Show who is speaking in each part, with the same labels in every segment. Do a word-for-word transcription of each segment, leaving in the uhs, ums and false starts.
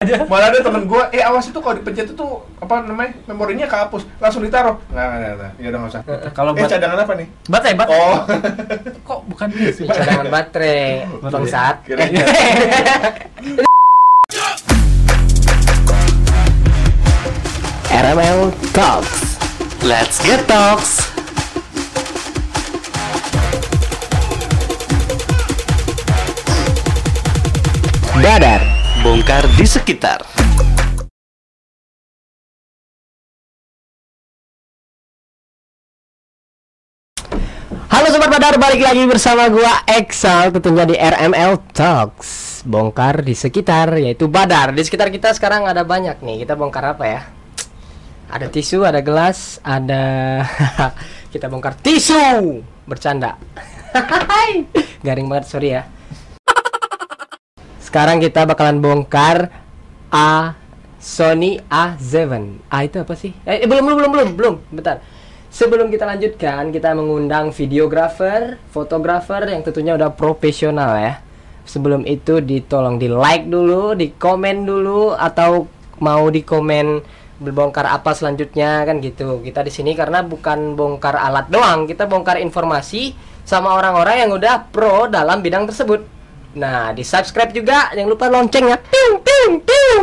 Speaker 1: aja.
Speaker 2: Malah ada temen gue, eh awas itu kalau dipencet itu apa namanya memorinya kehapus, langsung ditaruh. Nggak nggak nggak, ya udah nggak usah.
Speaker 1: Kalau
Speaker 2: eh
Speaker 1: bat-
Speaker 2: cadangan apa nih?
Speaker 1: baterai, baterai.
Speaker 2: Oh,
Speaker 1: Kok bukan ini sih?
Speaker 3: Cadangan baterai, bangsat.
Speaker 2: kirain.
Speaker 3: R M L Talks.
Speaker 4: Let's get talks.
Speaker 3: Badar.
Speaker 4: Bongkar di sekitar.
Speaker 3: Halo Sobat Badar, balik lagi bersama gua Exal tentunya di R M L Talks. Bongkar di sekitar, yaitu Badar. Di sekitar kita sekarang ada banyak nih. Kita bongkar apa ya? Ada tisu, ada gelas, ada kita bongkar tisu. Bercanda. Garing banget, sorry ya. Sekarang kita bakalan bongkar A Sony A tujuh. A itu apa sih? Eh, belum belum belum belum belum. Bentar. Sebelum kita lanjutkan, kita mengundang videografer, fotografer yang tentunya udah profesional ya. Sebelum itu ditolong di like dulu, di komen dulu, atau mau di komen bongkar apa selanjutnya kan gitu. Kita di sini karena bukan bongkar alat doang, kita bongkar informasi sama orang-orang yang udah pro dalam bidang tersebut. Nah, di subscribe juga, jangan lupa loncengnya. Ting ting ting.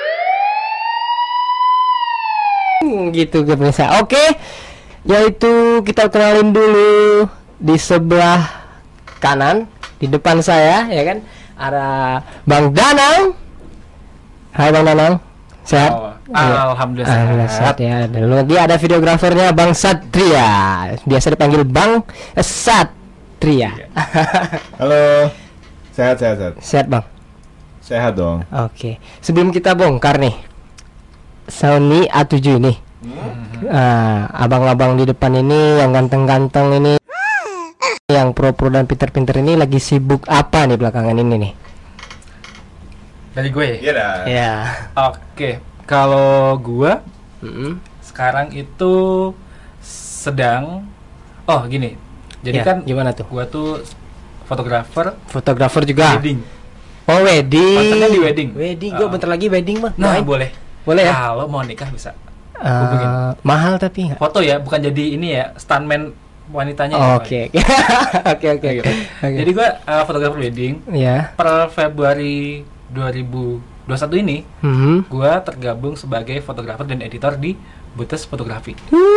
Speaker 3: Gitu pemirsa. Oke. Yaitu kita kenalin dulu di sebelah kanan, di depan saya ya kan, ada Bang Danang. Hai Bang Danang. Sehat?
Speaker 1: Oh, alhamdulillah,
Speaker 3: Alhamdulillah sehat ya. Dan lagi ada videografernya Bang Satria. Biasa dipanggil Bang Satria.
Speaker 2: Halo, sehat sehat sehat.
Speaker 3: Sehat Bang?
Speaker 2: Sehat dong.
Speaker 3: Oke. Sebelum kita bongkar nih Sony A tujuh ini. Nah, abang-abang di depan ini yang ganteng-ganteng ini, yang pro-pro dan pinter-pinter ini lagi sibuk apa nih belakangan ini nih?
Speaker 1: Dari gue.
Speaker 2: Iya dah.
Speaker 3: Ya.
Speaker 1: Oke, kalau gua
Speaker 3: Mm-mm.
Speaker 1: sekarang itu sedang oh gini. Jadi
Speaker 3: Ya,
Speaker 1: kan
Speaker 3: gimana tuh?
Speaker 1: gua tuh fotografer
Speaker 3: Fotografer juga.
Speaker 1: wedding.
Speaker 3: Oh, wedding.
Speaker 1: Kontennya di wedding.
Speaker 3: Wedding, gua
Speaker 1: Ah.
Speaker 3: bentar lagi wedding mah.
Speaker 1: Nah,
Speaker 3: Main.
Speaker 1: boleh.
Speaker 3: Boleh ya?
Speaker 1: Kalau mau nikah bisa.
Speaker 3: Eh,
Speaker 1: hubungin.
Speaker 3: mahal tapi nggak?
Speaker 1: Foto ya, bukan jadi ini ya, stuntman wanitanya. ya, Pak.
Speaker 3: Oke. Oke, oke.
Speaker 1: Gitu. Jadi gua uh, fotografer wedding.
Speaker 3: Ya.
Speaker 1: Per Februari dua ribu dua puluh satu ini,
Speaker 3: Mhm.
Speaker 1: gua tergabung sebagai fotografer dan editor di Butes Fotografi.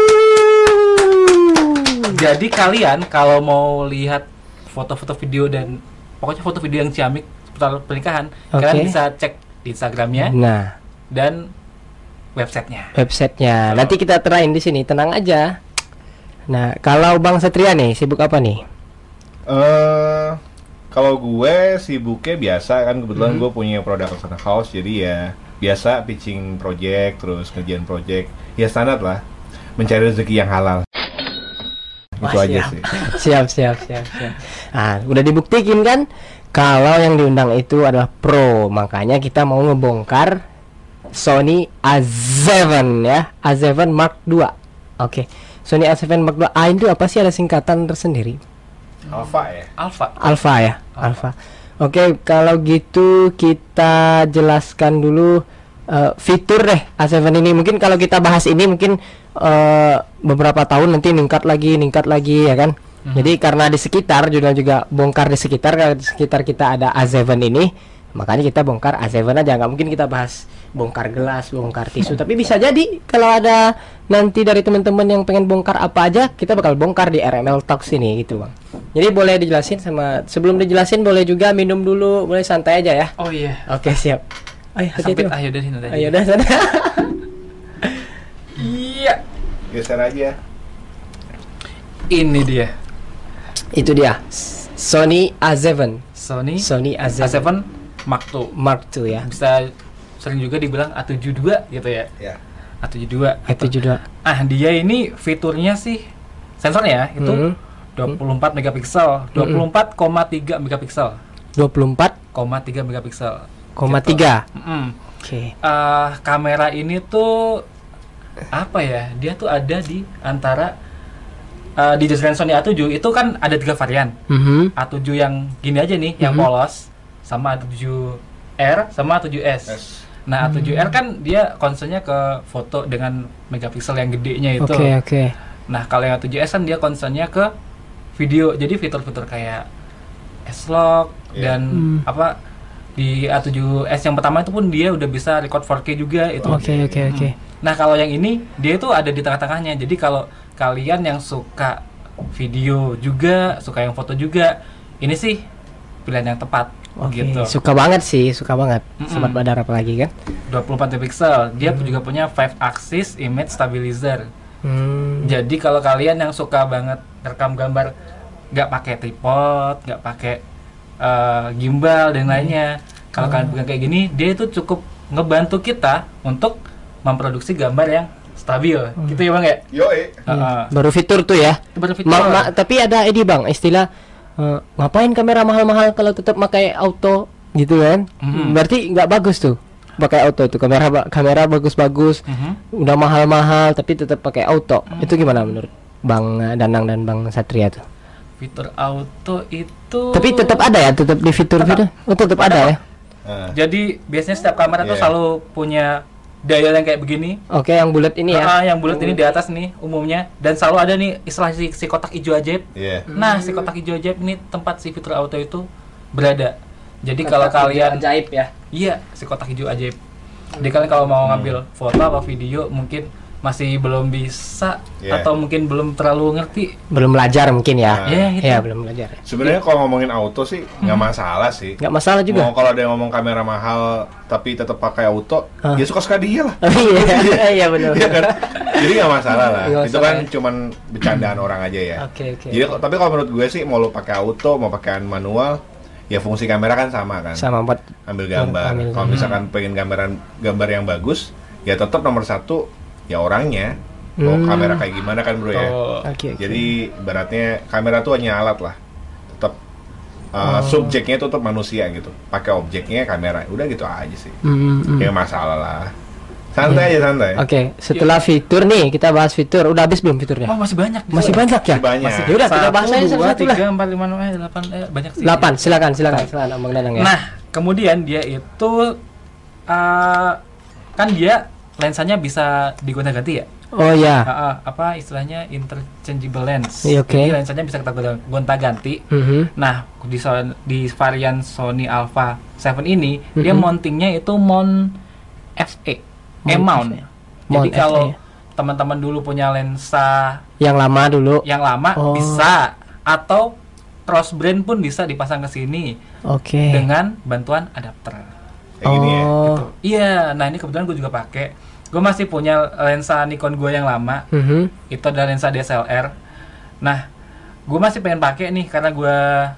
Speaker 1: Jadi kalian kalau mau lihat foto-foto video dan pokoknya foto video yang ciamik seputar pernikahan,
Speaker 3: Oke.
Speaker 1: kalian bisa cek di Instagramnya
Speaker 3: Nah,
Speaker 1: dan websitenya.
Speaker 3: websitenya. Nanti kita terain di sini, tenang aja. Nah, kalau Bang Satria nih sibuk apa nih?
Speaker 2: Eh, kalau gue sibuknya biasa kan kebetulan
Speaker 3: Hmm.
Speaker 2: gue punya production house jadi ya biasa pitching project terus ngerjain project ya standar lah mencari rezeki yang halal. Itu
Speaker 3: Wah,
Speaker 2: aja
Speaker 3: siap.
Speaker 2: sih.
Speaker 3: Siap, siap, siap, siap. Nah, udah dibuktikan kan kalau yang diundang itu adalah pro. Makanya kita mau ngebongkar Sony A tujuh ya, A tujuh Mark dua. Oke. Sony A tujuh Mark dua. A itu apa sih, ada singkatan tersendiri?
Speaker 2: Alpha ya.
Speaker 1: Alpha.
Speaker 3: Alpha ya, Alpha. Oke, kalau gitu kita jelaskan dulu uh, fitur deh A tujuh ini. Mungkin kalau kita bahas ini mungkin uh, beberapa tahun nanti ningkat lagi, ningkat lagi ya kan.
Speaker 1: Mhm.
Speaker 3: Jadi karena di sekitar juga juga bongkar di sekitar, karena di sekitar kita ada A tujuh ini, makanya kita bongkar A tujuh aja. Nggak mungkin kita bahas bongkar gelas, bongkar tisu. Tapi bisa jadi kalau ada nanti dari teman-teman yang pengen bongkar apa aja, kita bakal bongkar di R M L Talks ini gitu Bang. Jadi boleh dijelasin sama, sebelum dijelasin boleh juga minum dulu, boleh santai aja ya.
Speaker 1: Oh iya.
Speaker 3: Oke, siap. Ayo, hati-hati.
Speaker 1: Sampai
Speaker 3: Bang.
Speaker 1: ayo dari nanti.
Speaker 3: Ayo dah sana.
Speaker 1: Iya.
Speaker 2: Geser aja.
Speaker 1: Ini dia.
Speaker 3: Itu dia. Sony A tujuh.
Speaker 1: Sony
Speaker 3: Sony A
Speaker 1: A
Speaker 3: tujuh
Speaker 1: tujuh Mark dua.
Speaker 3: Mark dua ya.
Speaker 1: Bisa sering juga dibilang A tujuh dua gitu ya.
Speaker 2: Ya.
Speaker 1: A tujuh dua.
Speaker 3: A tujuh dua.
Speaker 1: Ah, dia ini fiturnya sih sensornya itu
Speaker 3: Mhm.
Speaker 1: dua puluh empat megapiksel, dua puluh empat koma tiga megapiksel,
Speaker 3: dua puluh empat
Speaker 1: koma tiga megapiksel.
Speaker 3: koma
Speaker 1: Gitu.
Speaker 3: tiga.
Speaker 1: Mm-mm.
Speaker 3: Oke.
Speaker 1: Eh, kamera ini tuh apa ya? Dia tuh ada di antara uh, di desain Sony A tujuh itu kan ada tiga varian.
Speaker 3: Mhm.
Speaker 1: A tujuh yang gini aja nih, yang
Speaker 3: Mhm.
Speaker 1: polos, sama A tujuh R sama A tujuh S.
Speaker 2: S.
Speaker 1: Nah, A tujuh R kan dia concernnya ke foto dengan megapiksel yang gedenya itu.
Speaker 3: Oke, okay, oke. Okay.
Speaker 1: Nah, kalau yang A tujuh S kan dia concernnya ke video. Jadi fitur-fitur kayak S-Log
Speaker 2: Yeah.
Speaker 1: dan
Speaker 3: Hmm.
Speaker 1: apa di A tujuh S yang pertama itu pun dia udah bisa record four K juga itu.
Speaker 3: Oke, oke, oke.
Speaker 1: Nah, kalau yang ini dia itu ada di tengah-tengahnya. Jadi kalau kalian yang suka video juga, suka yang foto juga, ini sih pilihan yang tepat.
Speaker 3: Oke,
Speaker 1: Gitu.
Speaker 3: suka banget sih, suka banget.
Speaker 1: Mm-mm.
Speaker 3: Sobat Badar apalagi kan?
Speaker 1: dua puluh empat megapiksel. Dia
Speaker 3: Hmm.
Speaker 1: juga punya five axis image stabilizer.
Speaker 3: Hmm.
Speaker 1: Jadi kalau kalian yang suka banget rekam gambar nggak pakai tripod, nggak pakai uh, gimbal dan lainnya, kalau
Speaker 3: Hmm.
Speaker 1: kalian pegang kayak gini, dia itu cukup ngebantu kita untuk memproduksi gambar yang stabil,
Speaker 3: Hmm.
Speaker 1: gitu ya bang ya?
Speaker 2: Yoi.
Speaker 1: Uh-uh.
Speaker 3: Baru fitur tuh ya.
Speaker 1: Itu baru fitur.
Speaker 3: Ma- ma- tapi ada ini bang, istilah eh, ngapain kamera mahal-mahal kalau tetap pakai auto gitu kan?
Speaker 1: Mhm.
Speaker 3: Berarti nggak bagus tuh pakai auto itu kamera ba- kamera bagus-bagus,
Speaker 1: Mhm.
Speaker 3: udah mahal-mahal tapi tetap pakai auto.
Speaker 1: Mhm.
Speaker 3: Itu gimana menurut Bang eh, Danang dan Bang Satria tuh?
Speaker 1: Fitur auto itu.
Speaker 3: Tapi tetap ada ya, tetap di fitur-fitur. Oh, tetap ada ya.
Speaker 2: Nah,
Speaker 1: Jadi biasanya setiap kamera tuh
Speaker 2: Yeah.
Speaker 1: selalu punya dial yang kayak begini.
Speaker 3: Oke, yang bulat ini ya.
Speaker 1: Ah, yang bulat ini di atas nih umumnya, dan selalu ada nih istilah si, si kotak hijau ajaib.
Speaker 2: iya.
Speaker 1: Nah, si kotak hijau ajaib ini tempat si fitur auto itu berada. Jadi kalau kalian
Speaker 3: ajaib ya.
Speaker 1: iya, si kotak hijau ajaib. Jadi kalian kalau mau ngambil foto atau video mungkin masih belum bisa
Speaker 2: Yeah.
Speaker 1: atau mungkin belum terlalu ngerti.
Speaker 3: Belum belajar mungkin ya.
Speaker 2: Nah.
Speaker 1: Ya, gitu.
Speaker 3: Ya, belum belajar.
Speaker 2: Sebenarnya kalau ngomongin auto sih nggak masalah sih.
Speaker 3: Nggak masalah juga.
Speaker 2: Mau kalau ada yang ngomong kamera mahal tapi tetap pakai auto,
Speaker 3: Ah.
Speaker 2: ya suka-suka dia lah.
Speaker 3: Oh, iya, iya benar.
Speaker 2: Iya kan? Jadi nggak masalah lah.
Speaker 3: Nggak
Speaker 2: Itu
Speaker 3: masalah
Speaker 2: kan
Speaker 3: ya.
Speaker 2: cuman bercandaan orang aja ya.
Speaker 3: Oke, oke.
Speaker 2: Jadi tapi kalau menurut gue sih mau lo pakai auto mau pakai manual, ya fungsi kamera kan sama kan.
Speaker 3: Sama buat
Speaker 2: Ambil gambar.
Speaker 3: Ambil
Speaker 2: Kalau
Speaker 3: gambar.
Speaker 2: misalkan pengen gambaran gambar yang bagus, ya tetap nomor satu ya orangnya. Mau
Speaker 3: Hmm.
Speaker 2: kamera kayak gimana kan bro ya.
Speaker 1: Tuh.
Speaker 3: Oke, oke.
Speaker 2: Jadi ibaratnya kamera tuh hanya alat lah. Tetap uh,
Speaker 3: Oh.
Speaker 2: subjeknya itu tetap manusia gitu. Pakai objeknya kamera. Udah gitu aja sih.
Speaker 3: Hmm, hmm.
Speaker 2: Kayak masalah lah. Santai aja santai.
Speaker 3: Oke, setelah fitur nih kita bahas fitur. Udah habis belum fiturnya?
Speaker 1: Oh, masih banyak.
Speaker 3: Masih banyak ya?
Speaker 2: Masih banyak.
Speaker 3: Masih. Yaudah kita bahas aja
Speaker 1: dua,
Speaker 3: satu-satu lah.
Speaker 1: tiga, empat, lima, enam, eh, delapan, eh, banyak sih.
Speaker 3: delapan, silakan, silakan, silakan Abang Danang ya.
Speaker 1: Nah, kemudian dia itu uh, kan dia lensanya bisa digonta-ganti ya.
Speaker 3: Oh ya.
Speaker 1: Ah, ah, apa istilahnya interchangeable lens.
Speaker 3: Iya, oke.
Speaker 1: Jadi lensanya bisa kita gonta- gonta-ganti.
Speaker 3: Mhm.
Speaker 1: Nah, di so- di varian Sony Alpha tujuh ini dia
Speaker 3: Mhm.
Speaker 1: mountingnya itu mount F E,
Speaker 3: Mount
Speaker 1: E-mount.
Speaker 3: F E.
Speaker 1: Jadi
Speaker 3: Mount
Speaker 1: kalau
Speaker 3: F E.
Speaker 1: teman-teman dulu punya lensa
Speaker 3: Yang lama dulu.
Speaker 1: yang lama
Speaker 3: Oh.
Speaker 1: bisa, atau cross brand pun bisa dipasang ke sini
Speaker 3: Oke.
Speaker 1: dengan bantuan adapter.
Speaker 2: Kayak gini ya.
Speaker 3: Oh.
Speaker 1: Gitu. Iya, nah ini kebetulan gue juga pakai. Gue masih punya lensa Nikon gue yang lama.
Speaker 3: Mhm.
Speaker 1: Itu adalah lensa D S L R. Nah, gue masih pengen pakai nih karena gue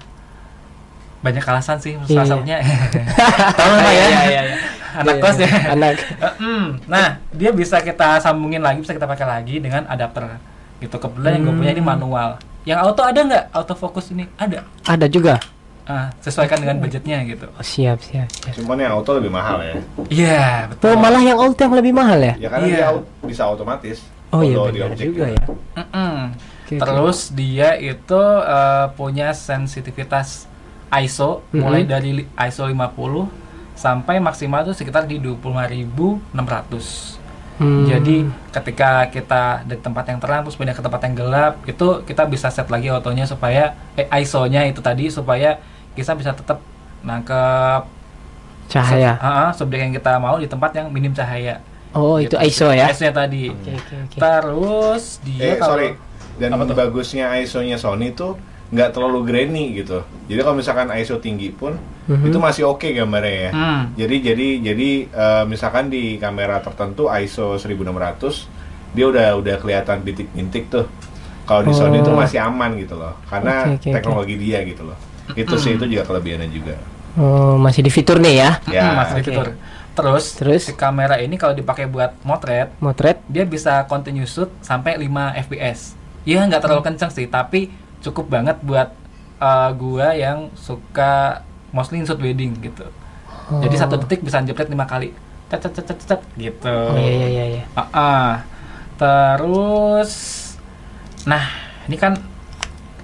Speaker 1: banyak alasan sih. Salah
Speaker 3: Iya.
Speaker 1: satunya, tahu lah ya,
Speaker 3: Iya, iya, iya.
Speaker 1: anak
Speaker 3: Iya,
Speaker 1: kos ya.
Speaker 3: Anak.
Speaker 1: Mm, nah, dia bisa kita sambungin lagi, bisa kita pakai lagi dengan adapter. Gitu. Kebetulan yang gue punya ini
Speaker 3: Hmm.
Speaker 1: manual. Yang auto ada nggak? Autofocus ini ada.
Speaker 3: Ada juga.
Speaker 1: Ah, sesuaikan dengan budgetnya gitu.
Speaker 3: Oh, siap, siap, siap.
Speaker 2: Cuman yang auto lebih mahal ya.
Speaker 1: Iya,
Speaker 3: Oh,
Speaker 1: betul.
Speaker 3: malah yang auto yang lebih mahal ya?
Speaker 2: Ya karena
Speaker 1: Iya.
Speaker 2: dia au- bisa otomatis.
Speaker 3: Oh iya
Speaker 2: Kalau di
Speaker 3: benar
Speaker 2: objek
Speaker 3: juga
Speaker 2: gitu.
Speaker 3: ya.
Speaker 1: Mm-mm.
Speaker 3: Oke,
Speaker 1: Terus dia itu eh, punya sensitivitas I S O
Speaker 3: Mhm.
Speaker 1: mulai dari li- I S O lima puluh sampai maksimal itu sekitar di dua puluh lima ribu enam ratus.
Speaker 3: Hmm.
Speaker 1: Jadi ketika kita dari tempat yang terang terus pindah ke tempat yang gelap, itu kita bisa set lagi autonya supaya eh, I S O-nya itu tadi supaya kita bisa tetap nangkep
Speaker 3: Cahaya.
Speaker 1: sub- ah, ah, subjek yang kita mau di tempat yang minim cahaya.
Speaker 3: Oh,
Speaker 1: Gitu.
Speaker 3: itu I S O ya?
Speaker 1: I S O-nya tadi.
Speaker 3: Oke, oke, oke.
Speaker 1: Terus dia
Speaker 2: Eh
Speaker 1: kalau
Speaker 2: sorry. Dan
Speaker 1: Apa tuh?
Speaker 2: bagusnya I S O-nya Sony tuh nggak terlalu grainy gitu. Jadi kalau misalkan I S O tinggi pun
Speaker 3: Mhm.
Speaker 2: itu masih oke gambarnya ya.
Speaker 1: Hmm.
Speaker 2: Jadi jadi jadi eh, misalkan di kamera tertentu I S O seribu enam ratus dia udah udah kelihatan bintik-bintik tuh. Kalau di Sony itu
Speaker 3: Oh.
Speaker 2: masih aman gitu loh. Karena
Speaker 3: Oke, oke, oke.
Speaker 2: teknologi dia gitu loh. Itu sih itu juga kelebihannya juga.
Speaker 3: Oh, masih di fitur nih ya?
Speaker 2: Ya.
Speaker 1: Hmm, masih di
Speaker 3: Oke.
Speaker 1: fitur. Terus,
Speaker 3: Terus?
Speaker 1: si kamera ini kalau dipakai buat motret,
Speaker 3: Motret.
Speaker 1: dia bisa continuous shoot sampai lima F P S. Ya nggak terlalu kenceng sih, tapi cukup banget buat uh, gua yang suka mostly shoot wedding gitu. Jadi satu detik bisa jepret lima kali. Cet cet cet cet cet, gitu.
Speaker 3: Oh, iya iya iya iya.
Speaker 1: Ah, ah. Terus, nah ini kan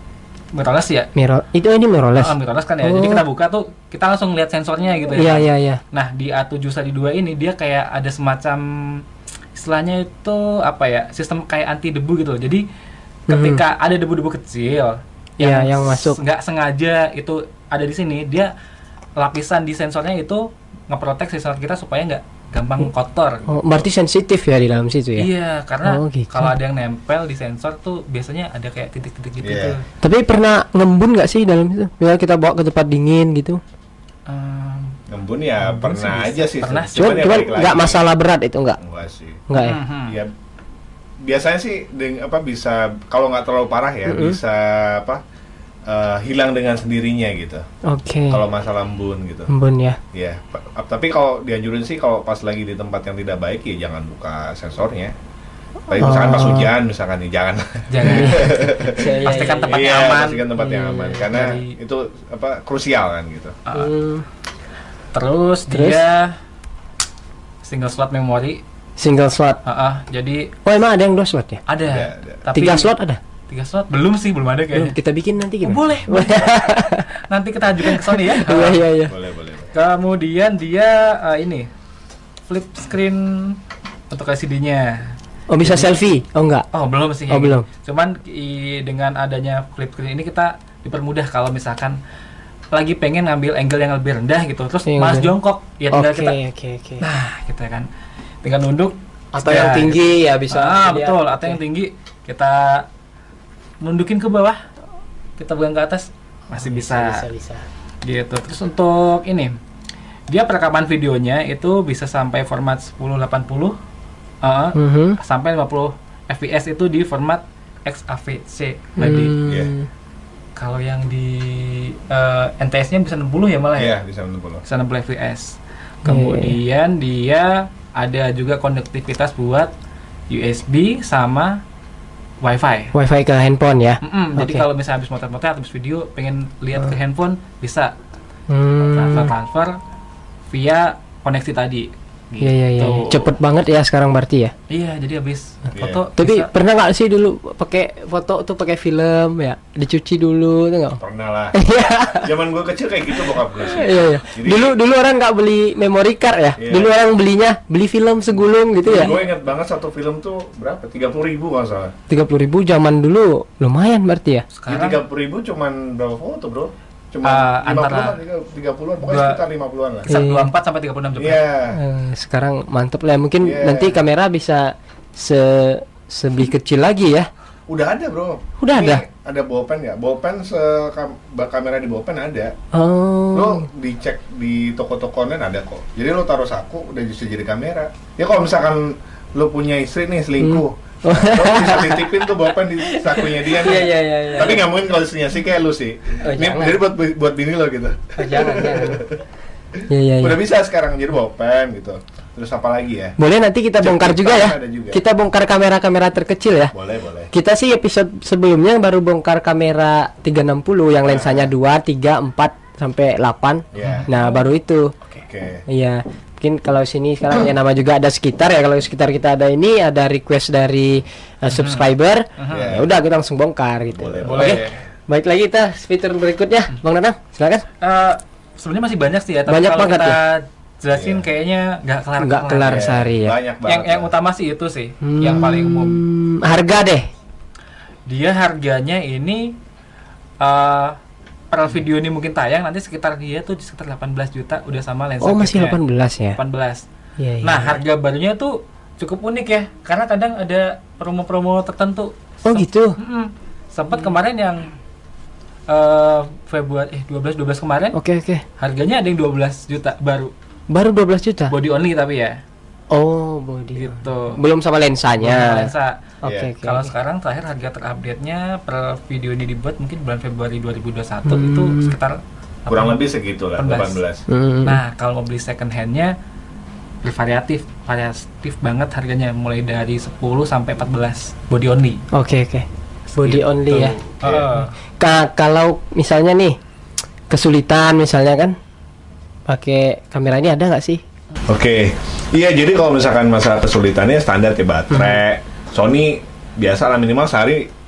Speaker 1: mirrorless ya.
Speaker 3: Mirror itu ini mirrorless.
Speaker 1: Ah, mirrorless kan ya.
Speaker 3: Oh.
Speaker 1: Jadi kita buka tuh kita langsung lihat sensornya gitu ya.
Speaker 3: Iya
Speaker 1: kan?
Speaker 3: iya iya.
Speaker 1: Nah, di A tujuh seri dua ini dia kayak ada semacam istilahnya itu apa ya? Sistem kayak anti debu gitu loh. Jadi ketika ada debu-debu kecil
Speaker 3: Iya, yang masuk.
Speaker 1: nggak sengaja itu ada di sini, dia lapisan di sensornya itu ngeprotek sensor kita supaya nggak gampang kotor.
Speaker 3: Oh, berarti sensitif ya di dalam situ ya?
Speaker 1: Iya, karena
Speaker 3: Oh, gitu.
Speaker 1: kalau ada yang nempel di sensor tuh biasanya ada kayak titik-titik gitu
Speaker 2: Iya.
Speaker 1: tuh.
Speaker 3: Tapi pernah ngembun nggak sih dalam itu? Ya kita bawa ke tempat dingin gitu.
Speaker 1: Um,
Speaker 2: Ngembun ya
Speaker 1: Ngembun
Speaker 2: pernah
Speaker 1: sih bisa.
Speaker 2: aja sih.
Speaker 1: Pernah.
Speaker 3: Cuman
Speaker 2: ya
Speaker 3: cuman
Speaker 2: balik
Speaker 3: nggak
Speaker 2: lagi.
Speaker 3: masalah berat itu nggak?
Speaker 2: Enggak sih.
Speaker 3: Nggak ya?
Speaker 1: mhm.
Speaker 2: Ya biasanya sih deng, apa bisa kalau nggak terlalu parah ya
Speaker 3: Mm-mm.
Speaker 2: bisa apa eh, hilang dengan sendirinya gitu.
Speaker 3: Oke.
Speaker 2: Kalau masalah embun gitu.
Speaker 3: Embun ya.
Speaker 2: Ya, pa- tapi kalau dianjurin sih kalau pas lagi di tempat yang tidak baik ya jangan buka sensornya. Tapi misalkan pas
Speaker 3: Oh.
Speaker 2: hujan misalkan nih jangan.
Speaker 1: Jangan
Speaker 3: Iya, iya,
Speaker 1: pastikan
Speaker 3: iya,
Speaker 1: tempat
Speaker 2: Iya,
Speaker 1: yang aman.
Speaker 2: pastikan tempat yang
Speaker 3: Iya,
Speaker 2: aman
Speaker 3: iya.
Speaker 2: karena
Speaker 1: Dari-
Speaker 2: itu apa krusial kan gitu.
Speaker 1: Uh,
Speaker 3: Hmm,
Speaker 1: terus,
Speaker 3: Terus?
Speaker 1: dia single slot memori.
Speaker 3: single slot.
Speaker 1: Uh, uh, jadi
Speaker 3: Oh emang ada yang dua slot ya?
Speaker 1: ada,
Speaker 2: Ada, ada.
Speaker 1: tapi
Speaker 3: Tiga slot ada?
Speaker 1: tiga slot belum sih, belum ada
Speaker 3: Belum,
Speaker 1: kayaknya.
Speaker 3: kita bikin nanti
Speaker 1: Oh,
Speaker 3: gimana?
Speaker 1: boleh, boleh. Nanti kita ajukan ke Sony ya.
Speaker 3: Iya iya iya.
Speaker 2: Boleh, boleh. boleh.
Speaker 1: Kemudian dia uh, ini flip screen untuk L C D-nya.
Speaker 3: Oh bisa selfie? Oh enggak.
Speaker 1: Oh belum sih.
Speaker 3: Oh,
Speaker 1: kayak
Speaker 3: belum.
Speaker 1: gitu. Cuman i- dengan adanya flip screen ini kita dipermudah kalau misalkan lagi pengen ngambil angle yang lebih rendah gitu, terus
Speaker 3: Yang
Speaker 1: malas
Speaker 3: lebih-
Speaker 1: jongkok, ya tinggal
Speaker 3: Oke
Speaker 1: kita,
Speaker 3: oke oke.
Speaker 1: nah kita kan tinggal nunduk
Speaker 3: Atau
Speaker 1: ya,
Speaker 3: yang tinggi ya bisa.
Speaker 1: Ah
Speaker 3: dilihat.
Speaker 1: betul, atau
Speaker 3: Oke.
Speaker 1: yang tinggi kita nundukin ke bawah, kita pegang ke atas masih bisa,
Speaker 3: Bisa bisa.
Speaker 1: gitu. Terus untuk ini dia perekaman videonya itu bisa sampai format sepuluh delapan puluh uh,
Speaker 3: Mhm.
Speaker 1: sampai lima puluh F P S itu di format X A V C H D.
Speaker 3: Hmm.
Speaker 2: Iya.
Speaker 1: Kalau yang di eh, N T S-nya bisa enam puluh ya malah
Speaker 2: Iya,
Speaker 1: ya,
Speaker 2: bisa enam puluh.
Speaker 1: bisa enam puluh F P S. Kemudian dia ada juga konektivitas buat U S B sama WiFi.
Speaker 3: Wifi ke handphone ya.
Speaker 1: Mm-mm, Jadi
Speaker 3: Oke.
Speaker 1: kalau misalnya habis motor-motor atau habis video pengen lihat ke handphone bisa
Speaker 3: Hmm.
Speaker 1: transfer-transfer via koneksi tadi.
Speaker 3: Iya iya iya.
Speaker 1: Gitu.
Speaker 3: Cepet banget ya sekarang berarti ya.
Speaker 1: Iya, jadi habis
Speaker 2: Iya.
Speaker 1: foto
Speaker 3: Tapi
Speaker 1: bisa-
Speaker 3: pernah nggak sih dulu pakai foto tuh pakai film ya? Dicuci dulu tuh nggak?
Speaker 2: Pernah lah.
Speaker 3: Iya
Speaker 2: Zaman gue kecil kayak gitu bokap gue sih.
Speaker 3: iya. iya.
Speaker 2: Jadi-
Speaker 3: Dulu dulu orang nggak beli memory card ya.
Speaker 2: Iya.
Speaker 3: Dulu orang belinya beli film segulung gitu ya.
Speaker 2: Gue inget banget satu film tuh berapa? tiga puluh ribu kalau nggak salah.
Speaker 3: Tiga puluh ribu zaman dulu lumayan berarti ya.
Speaker 2: Di
Speaker 1: sekarang
Speaker 2: tiga puluh ribu cuman berapa foto bro? Cuma
Speaker 1: Ah,
Speaker 2: lima
Speaker 1: antara-
Speaker 2: puluhan, tiga puluhan, pokoknya
Speaker 1: dua-
Speaker 2: sekitar lima puluhan lah.
Speaker 1: bisa
Speaker 3: Iya.
Speaker 1: dua puluh empat sampai tiga puluh enam jam.
Speaker 2: Iya.
Speaker 3: Eh, sekarang mantep lah. Mungkin
Speaker 2: Iya.
Speaker 3: nanti kamera bisa se sebeli kecil lagi ya.
Speaker 2: Udah ada bro.
Speaker 3: Udah
Speaker 2: Ini
Speaker 3: ada?
Speaker 2: Ada ballpen nggak? Ballpen se kam- ba- kamera di ballpen ada.
Speaker 3: Oh.
Speaker 2: Lo dicek di toko-toko online ada kok. Jadi lo taruh saku udah bisa jadi kamera. Ya kalau misalkan lo punya istri nih selingkuh,
Speaker 3: Hmm.
Speaker 2: lo bisa titipin tuh ballpen di sakunya dia nih.
Speaker 3: Iya iya iya. iya.
Speaker 2: Tapi nggak mungkin kalau istrinya sih kayak lu sih.
Speaker 3: Oh,
Speaker 2: Ini
Speaker 3: jangan.
Speaker 2: jadi buat buat bini lo gitu.
Speaker 3: Oh, jangan jangan. Iya iya iya.
Speaker 2: Udah bisa sekarang jadi ballpen gitu. Terus apa lagi ya?
Speaker 3: Boleh nanti kita
Speaker 2: Cek
Speaker 3: bongkar juga ya.
Speaker 2: ada juga.
Speaker 3: Kita bongkar kamera-kamera terkecil ya.
Speaker 2: Boleh boleh.
Speaker 3: Kita sih episode sebelumnya baru bongkar kamera tiga enam puluh yang lensanya dua, tiga, empat sampai delapan.
Speaker 2: Iya.
Speaker 3: Nah, baru itu.
Speaker 2: Oke.
Speaker 3: Iya. Mungkin kalau sini sekarang ya nama juga ada sekitar ya. Kalau sekitar kita ada ini ada request dari uh, subscriber.
Speaker 2: Iya.
Speaker 3: Ya udah kita langsung bongkar gitu.
Speaker 2: Boleh,
Speaker 1: boleh.
Speaker 3: Oke. Baik lagi kita fitur berikutnya, Bang Nanang. Silakan.
Speaker 1: Eh, sebenarnya masih banyak sih ya, tapi
Speaker 3: Banyak
Speaker 1: kalau
Speaker 3: banget
Speaker 1: kita
Speaker 3: ya.
Speaker 1: jelasin
Speaker 2: Iya.
Speaker 1: kayaknya nggak kelar
Speaker 3: Nggak kelar
Speaker 2: Iya,
Speaker 3: sehari ya.
Speaker 2: Banyak banget.
Speaker 1: Yang yang
Speaker 2: lah.
Speaker 1: utama sih itu sih, yang paling umum.
Speaker 3: Hmm, harga deh.
Speaker 1: Dia harganya ini eh per video ini mungkin tayang nanti sekitar dia tuh di sekitar delapan belas juta udah sama lensa
Speaker 3: Oh, masih
Speaker 1: kitnya.
Speaker 3: delapan belas ya.
Speaker 1: delapan belas.
Speaker 3: Iya, iya.
Speaker 1: Nah, harga barunya tuh cukup unik ya, karena kadang ada promo-promo tertentu.
Speaker 3: Oh,
Speaker 1: Sem-
Speaker 3: gitu.
Speaker 1: Mm-mm. Sempat kemarin yang eh Februari eh dua belas dua belas kemarin
Speaker 3: Oke, oke.
Speaker 1: harganya ada yang dua belas juta baru.
Speaker 3: Baru dua belas juta.
Speaker 1: Body only tapi ya.
Speaker 3: Oh, body.
Speaker 1: Gitu.
Speaker 3: Belum sama lensanya.
Speaker 1: Belum lensa.
Speaker 3: Oke,
Speaker 2: Iya.
Speaker 3: oke.
Speaker 1: Kalau sekarang terakhir harga terupdate-nya per video ini dibuat mungkin bulan Februari dua ribu dua puluh satu
Speaker 3: Hmm.
Speaker 1: itu sekitar
Speaker 2: kurang
Speaker 1: delapan-
Speaker 2: lebih segitu lah,
Speaker 1: delapan
Speaker 2: delapan
Speaker 1: belas.
Speaker 2: belas.
Speaker 3: Hmm.
Speaker 1: Nah, kalau mau beli second hand-nya variatif, variatif banget harganya mulai dari sepuluh sampai empat belas body only.
Speaker 3: Oke, oke. Body
Speaker 1: Gitu.
Speaker 3: only ya.
Speaker 1: Heeh.
Speaker 3: Ka- kalau misalnya nih kesulitan misalnya kan pakai kamera ini ada nggak sih?
Speaker 2: Oke, iya jadi kalau misalkan masalah kesulitannya standar kayak baterai, Sony biasa lah minimal sehari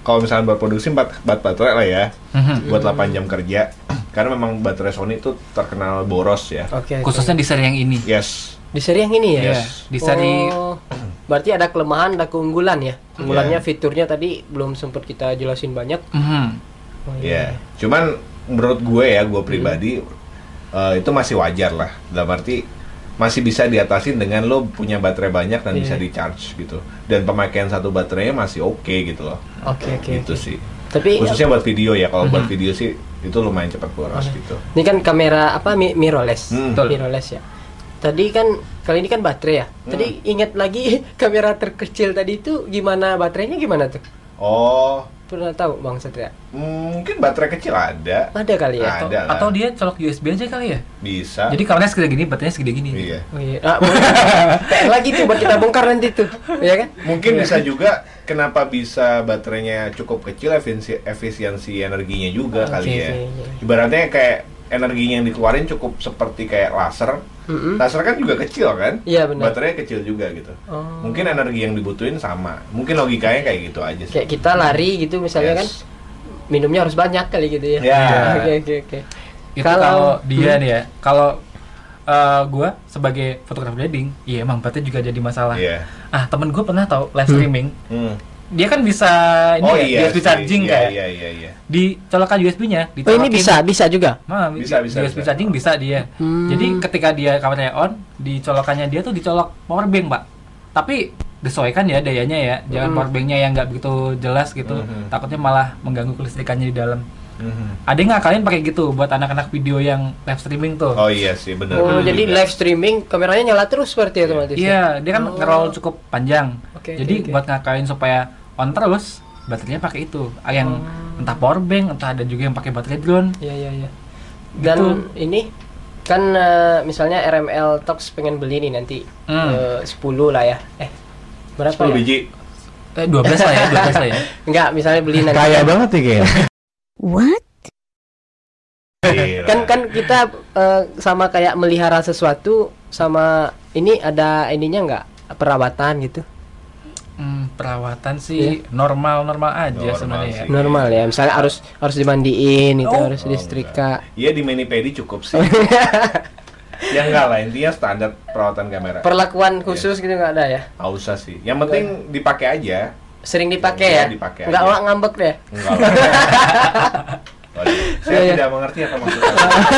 Speaker 2: kalau misalnya buat produksi buat buat baterai lah ya,
Speaker 1: Mhm.
Speaker 2: buat delapan jam kerja. Karena memang baterai Sony itu terkenal boros ya.
Speaker 3: Oke. oke.
Speaker 1: Khususnya di seri yang ini.
Speaker 2: Yes.
Speaker 3: di seri yang ini ya.
Speaker 1: Iya, di seri
Speaker 3: Oh, berarti ada kelemahan, ada keunggulan ya. Keunggulannya
Speaker 2: Iya.
Speaker 3: fiturnya tadi belum sempat kita jelasin banyak.
Speaker 1: Mhm.
Speaker 3: Oh,
Speaker 2: Ya, cuman menurut gue ya, gue pribadi eh, itu masih wajar lah. Dalam arti masih bisa diatasin dengan lo punya baterai banyak dan
Speaker 3: Iya.
Speaker 2: bisa di charge gitu. Dan pemakaian satu baterainya masih oke gitu loh.
Speaker 3: Oke oke.
Speaker 2: Gitu
Speaker 3: oke.
Speaker 2: sih.
Speaker 3: Tapi
Speaker 2: Khususnya buat video ya. Kalau buat
Speaker 1: Mhm.
Speaker 2: video sih itu lumayan cepat boros gitu.
Speaker 3: ini kan kamera apa mi- mirrorless.
Speaker 2: Hmm.
Speaker 1: Betul.
Speaker 3: Mirrorless ya. Tadi kan kali ini kan baterai ya. Tadi
Speaker 2: Hmm.
Speaker 3: ingat lagi kamera terkecil tadi itu gimana baterainya gimana tuh?
Speaker 2: Oh,
Speaker 3: Pernah tahu Bang Satria?
Speaker 2: mungkin baterai kecil ada.
Speaker 3: Ada kali ya.
Speaker 1: Atau,
Speaker 2: Ada lah.
Speaker 1: atau dia colok U S B aja kali ya.
Speaker 2: Bisa.
Speaker 1: Jadi kameranya segede gini, baterainya segede gini.
Speaker 2: Iya.
Speaker 3: Oh iya. Ah, boleh. P R lagi tuh buat kita bongkar nanti tuh. Iya kan?
Speaker 2: Mungkin bisa juga kenapa bisa baterainya cukup kecil, efisiensi, efisiensi energinya juga
Speaker 3: Oke,
Speaker 2: kali ya.
Speaker 3: oke, iya.
Speaker 2: Ibaratnya kayak energinya yang dikeluarin cukup seperti kayak laser.
Speaker 3: Mm-mm.
Speaker 2: Laser kan juga kecil kan?
Speaker 3: Iya, benar.
Speaker 2: Baterainya kecil juga gitu.
Speaker 3: Oh.
Speaker 2: Mungkin energi yang dibutuhin sama. Mungkin logikanya kayak gitu aja sih.
Speaker 3: Kayak kita lari gitu misalnya kan
Speaker 2: Yes.
Speaker 3: minumnya harus banyak kali gitu ya.
Speaker 2: Ya.
Speaker 3: Oke oke oke.
Speaker 1: Itu kalau dia nih ya, kalau uh, gua sebagai fotografer wedding, iya emang baterai juga jadi masalah.
Speaker 2: Iya.
Speaker 1: Ah, temen gua pernah tahu live streaming,
Speaker 2: Hmm.
Speaker 1: dia kan bisa ini
Speaker 2: Oh
Speaker 1: ya,
Speaker 2: iya.
Speaker 1: U S B
Speaker 2: sih.
Speaker 1: charging
Speaker 2: Iya,
Speaker 1: kayak.
Speaker 2: Iya iya iya.
Speaker 1: Dicolokkan U S B-nya,
Speaker 3: Oh ini
Speaker 1: dicolokin-
Speaker 3: bisa bisa juga.
Speaker 1: Nah,
Speaker 2: Bisa, bisa,
Speaker 1: U S B
Speaker 2: bisa.
Speaker 1: charging bisa dia.
Speaker 3: Hmm.
Speaker 1: Jadi ketika dia kameranya on, dicolokannya dia tuh dicolok power bank, Pak. Tapi disesuaikan ya dayanya ya, jangan
Speaker 3: Hmm.
Speaker 1: power banknya yang nggak begitu jelas gitu.
Speaker 2: Mhm.
Speaker 1: Takutnya malah mengganggu kelistrikannya di dalam.
Speaker 2: Mhm.
Speaker 1: Ada yang ngakalin pakai gitu buat anak-anak video yang live streaming tuh.
Speaker 2: Oh iya sih benar.
Speaker 3: Oh
Speaker 2: benar
Speaker 3: jadi
Speaker 2: juga.
Speaker 3: live streaming kameranya nyala terus berarti otomatis. ya?
Speaker 1: Iya, dia kan
Speaker 3: Oh.
Speaker 1: nge-roll cukup panjang.
Speaker 3: Oke,
Speaker 1: Jadi
Speaker 3: oke, oke.
Speaker 1: buat ngakalin supaya on terus, baterainya pakai itu. Ah, Yang
Speaker 3: Oh.
Speaker 1: entah power bank, entah ada juga yang pakai baterai drone.
Speaker 3: Iya iya iya. Dan
Speaker 1: Gitu.
Speaker 3: ini kan eh, misalnya R M L Talks pengen beli nih nanti
Speaker 1: Hmm.
Speaker 3: eh, sepuluh lah ya. Eh berapa
Speaker 2: sepuluh
Speaker 3: ya?
Speaker 2: biji.
Speaker 1: Eh dua belas lah ya, dua belas lah ya.
Speaker 3: Enggak, misalnya beli nanti.
Speaker 5: Kaya banget nih kayaknya.
Speaker 2: Gila.
Speaker 3: kan kan kita eh, sama kayak melihara sesuatu sama ini ada ininya nggak perawatan gitu.
Speaker 1: Hmm, perawatan sih normal-normal aja
Speaker 2: Normal
Speaker 1: sebenarnya ya.
Speaker 2: sih.
Speaker 3: Normal ya, misalnya harus harus dimandiin itu
Speaker 1: Oh.
Speaker 3: harus
Speaker 2: Oh,
Speaker 3: disetrika.
Speaker 2: Iya di mani pedi cukup sih. Ya enggak lah, intinya standar perawatan kamera.
Speaker 3: Perlakuan khusus gitu nggak ada ya?
Speaker 2: Nggak usah sih. Yang penting dipakai aja.
Speaker 3: Sering dipakai
Speaker 2: Iya,
Speaker 3: ya?
Speaker 2: dipakai
Speaker 3: Nggak
Speaker 2: aja.
Speaker 3: nggak ngambek deh.
Speaker 2: Enggak lah. Waduh, saya
Speaker 3: Iya, iya.
Speaker 2: tidak mengerti apa maksudnya.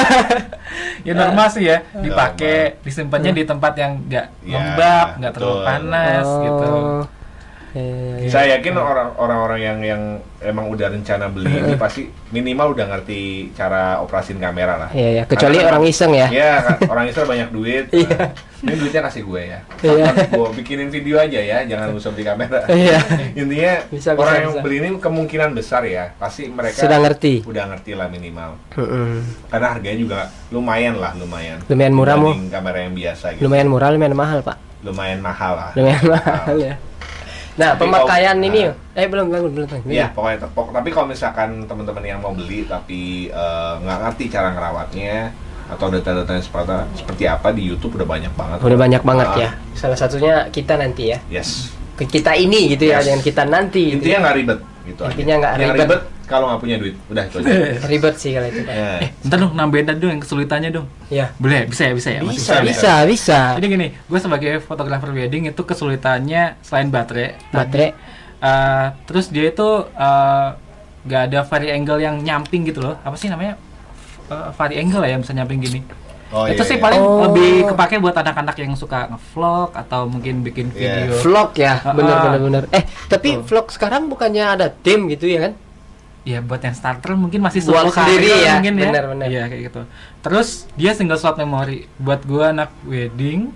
Speaker 1: Ya normal sih ya,
Speaker 2: Normal.
Speaker 1: dipakai, disimpannya di tempat yang nggak
Speaker 2: Ya,
Speaker 1: lembab, nggak terlalu
Speaker 2: betul.
Speaker 1: panas gitu.
Speaker 3: Oh. Ya, ya, ya.
Speaker 2: Saya yakin orang- orang-orang yang yang emang udah rencana beli ini pasti minimal udah ngerti cara operasin kamera lah.
Speaker 3: Iya, iya. Kecuali
Speaker 2: Karena
Speaker 3: orang
Speaker 2: kan-
Speaker 3: iseng ya.
Speaker 2: Iya, kan, orang iseng banyak duit.
Speaker 3: Iya.
Speaker 2: Nah, ini duitnya kasih gue ya.
Speaker 3: Iya.
Speaker 2: Gue bikinin video aja ya, jangan usah beli kamera.
Speaker 3: Iya.
Speaker 2: Intinya
Speaker 3: Bisa, bisa,
Speaker 2: orang yang
Speaker 3: bisa.
Speaker 2: beli ini kemungkinan besar ya, pasti mereka
Speaker 3: Sudah ngerti.
Speaker 2: udah ngerti lah minimal.
Speaker 3: Mm-mm.
Speaker 2: Karena harganya juga lumayan lah, lumayan.
Speaker 3: Lumayan murah, Mo.
Speaker 2: Dibanding kamera yang biasa gitu.
Speaker 3: Lumayan murah, lumayan mahal, Pak.
Speaker 2: Lumayan mahal lah.
Speaker 3: Lumayan mahal ya. Nah,
Speaker 2: Tapi
Speaker 3: pemakaian
Speaker 2: kalau-
Speaker 3: ini,
Speaker 2: nah.
Speaker 3: eh belum belum belum. belum.
Speaker 2: Iya, pokoknya tepok. Tapi kalau misalkan teman-teman yang mau beli tapi eh, nggak ngerti cara ngerawatnya atau data-datanya seperti seperti apa, di YouTube udah banyak banget.
Speaker 3: Udah banyak banget
Speaker 2: Ah,
Speaker 3: ya. Salah satunya kita nanti ya.
Speaker 2: Yes.
Speaker 3: Ke kita ini gitu ya,
Speaker 2: Yes.
Speaker 3: jangan kita nanti. gitu
Speaker 2: Intinya
Speaker 3: ya.
Speaker 2: nggak ribet gitu aja.
Speaker 3: Intinya nggak
Speaker 2: Yang
Speaker 3: ribet.
Speaker 2: ribet kalau nggak punya duit. Udah itu aja.
Speaker 3: Ribet sih kalau itu, Pak.
Speaker 2: Ya.
Speaker 1: Ntar dong nambahin tadi dong yang kesulitannya dong.
Speaker 3: Ya.
Speaker 1: Boleh, bisa ya, bisa ya. Masih
Speaker 3: Bisa,
Speaker 2: bisa,
Speaker 3: bisa, bisa.
Speaker 1: Jadi gini, gue sebagai fotografer wedding itu kesulitannya selain baterai,
Speaker 3: Baterai.
Speaker 1: eh, terus dia itu eh, nggak ada vari angle yang nyamping gitu loh. Apa sih namanya? Eh, vari angle lah yang bisa nyamping gini.
Speaker 2: Oh,
Speaker 1: itu
Speaker 2: iya,
Speaker 1: sih
Speaker 2: iya.
Speaker 1: paling
Speaker 3: Oh.
Speaker 1: lebih kepake buat anak-anak yang suka ngevlog atau mungkin bikin
Speaker 2: Iya.
Speaker 1: video.
Speaker 3: Vlog ya,
Speaker 1: Ah,
Speaker 3: bener
Speaker 1: ah.
Speaker 3: bener bener. Eh, tapi
Speaker 1: Betul.
Speaker 3: vlog sekarang bukannya ada tim gitu ya kan?
Speaker 1: Ya buat yang starter mungkin masih
Speaker 3: Buat
Speaker 1: solo
Speaker 3: sendiri
Speaker 1: karir
Speaker 3: ya,
Speaker 1: mungkin ya.
Speaker 3: benar, benar.
Speaker 1: Iya kayak gitu. Terus dia single slot memory. Buat gua anak wedding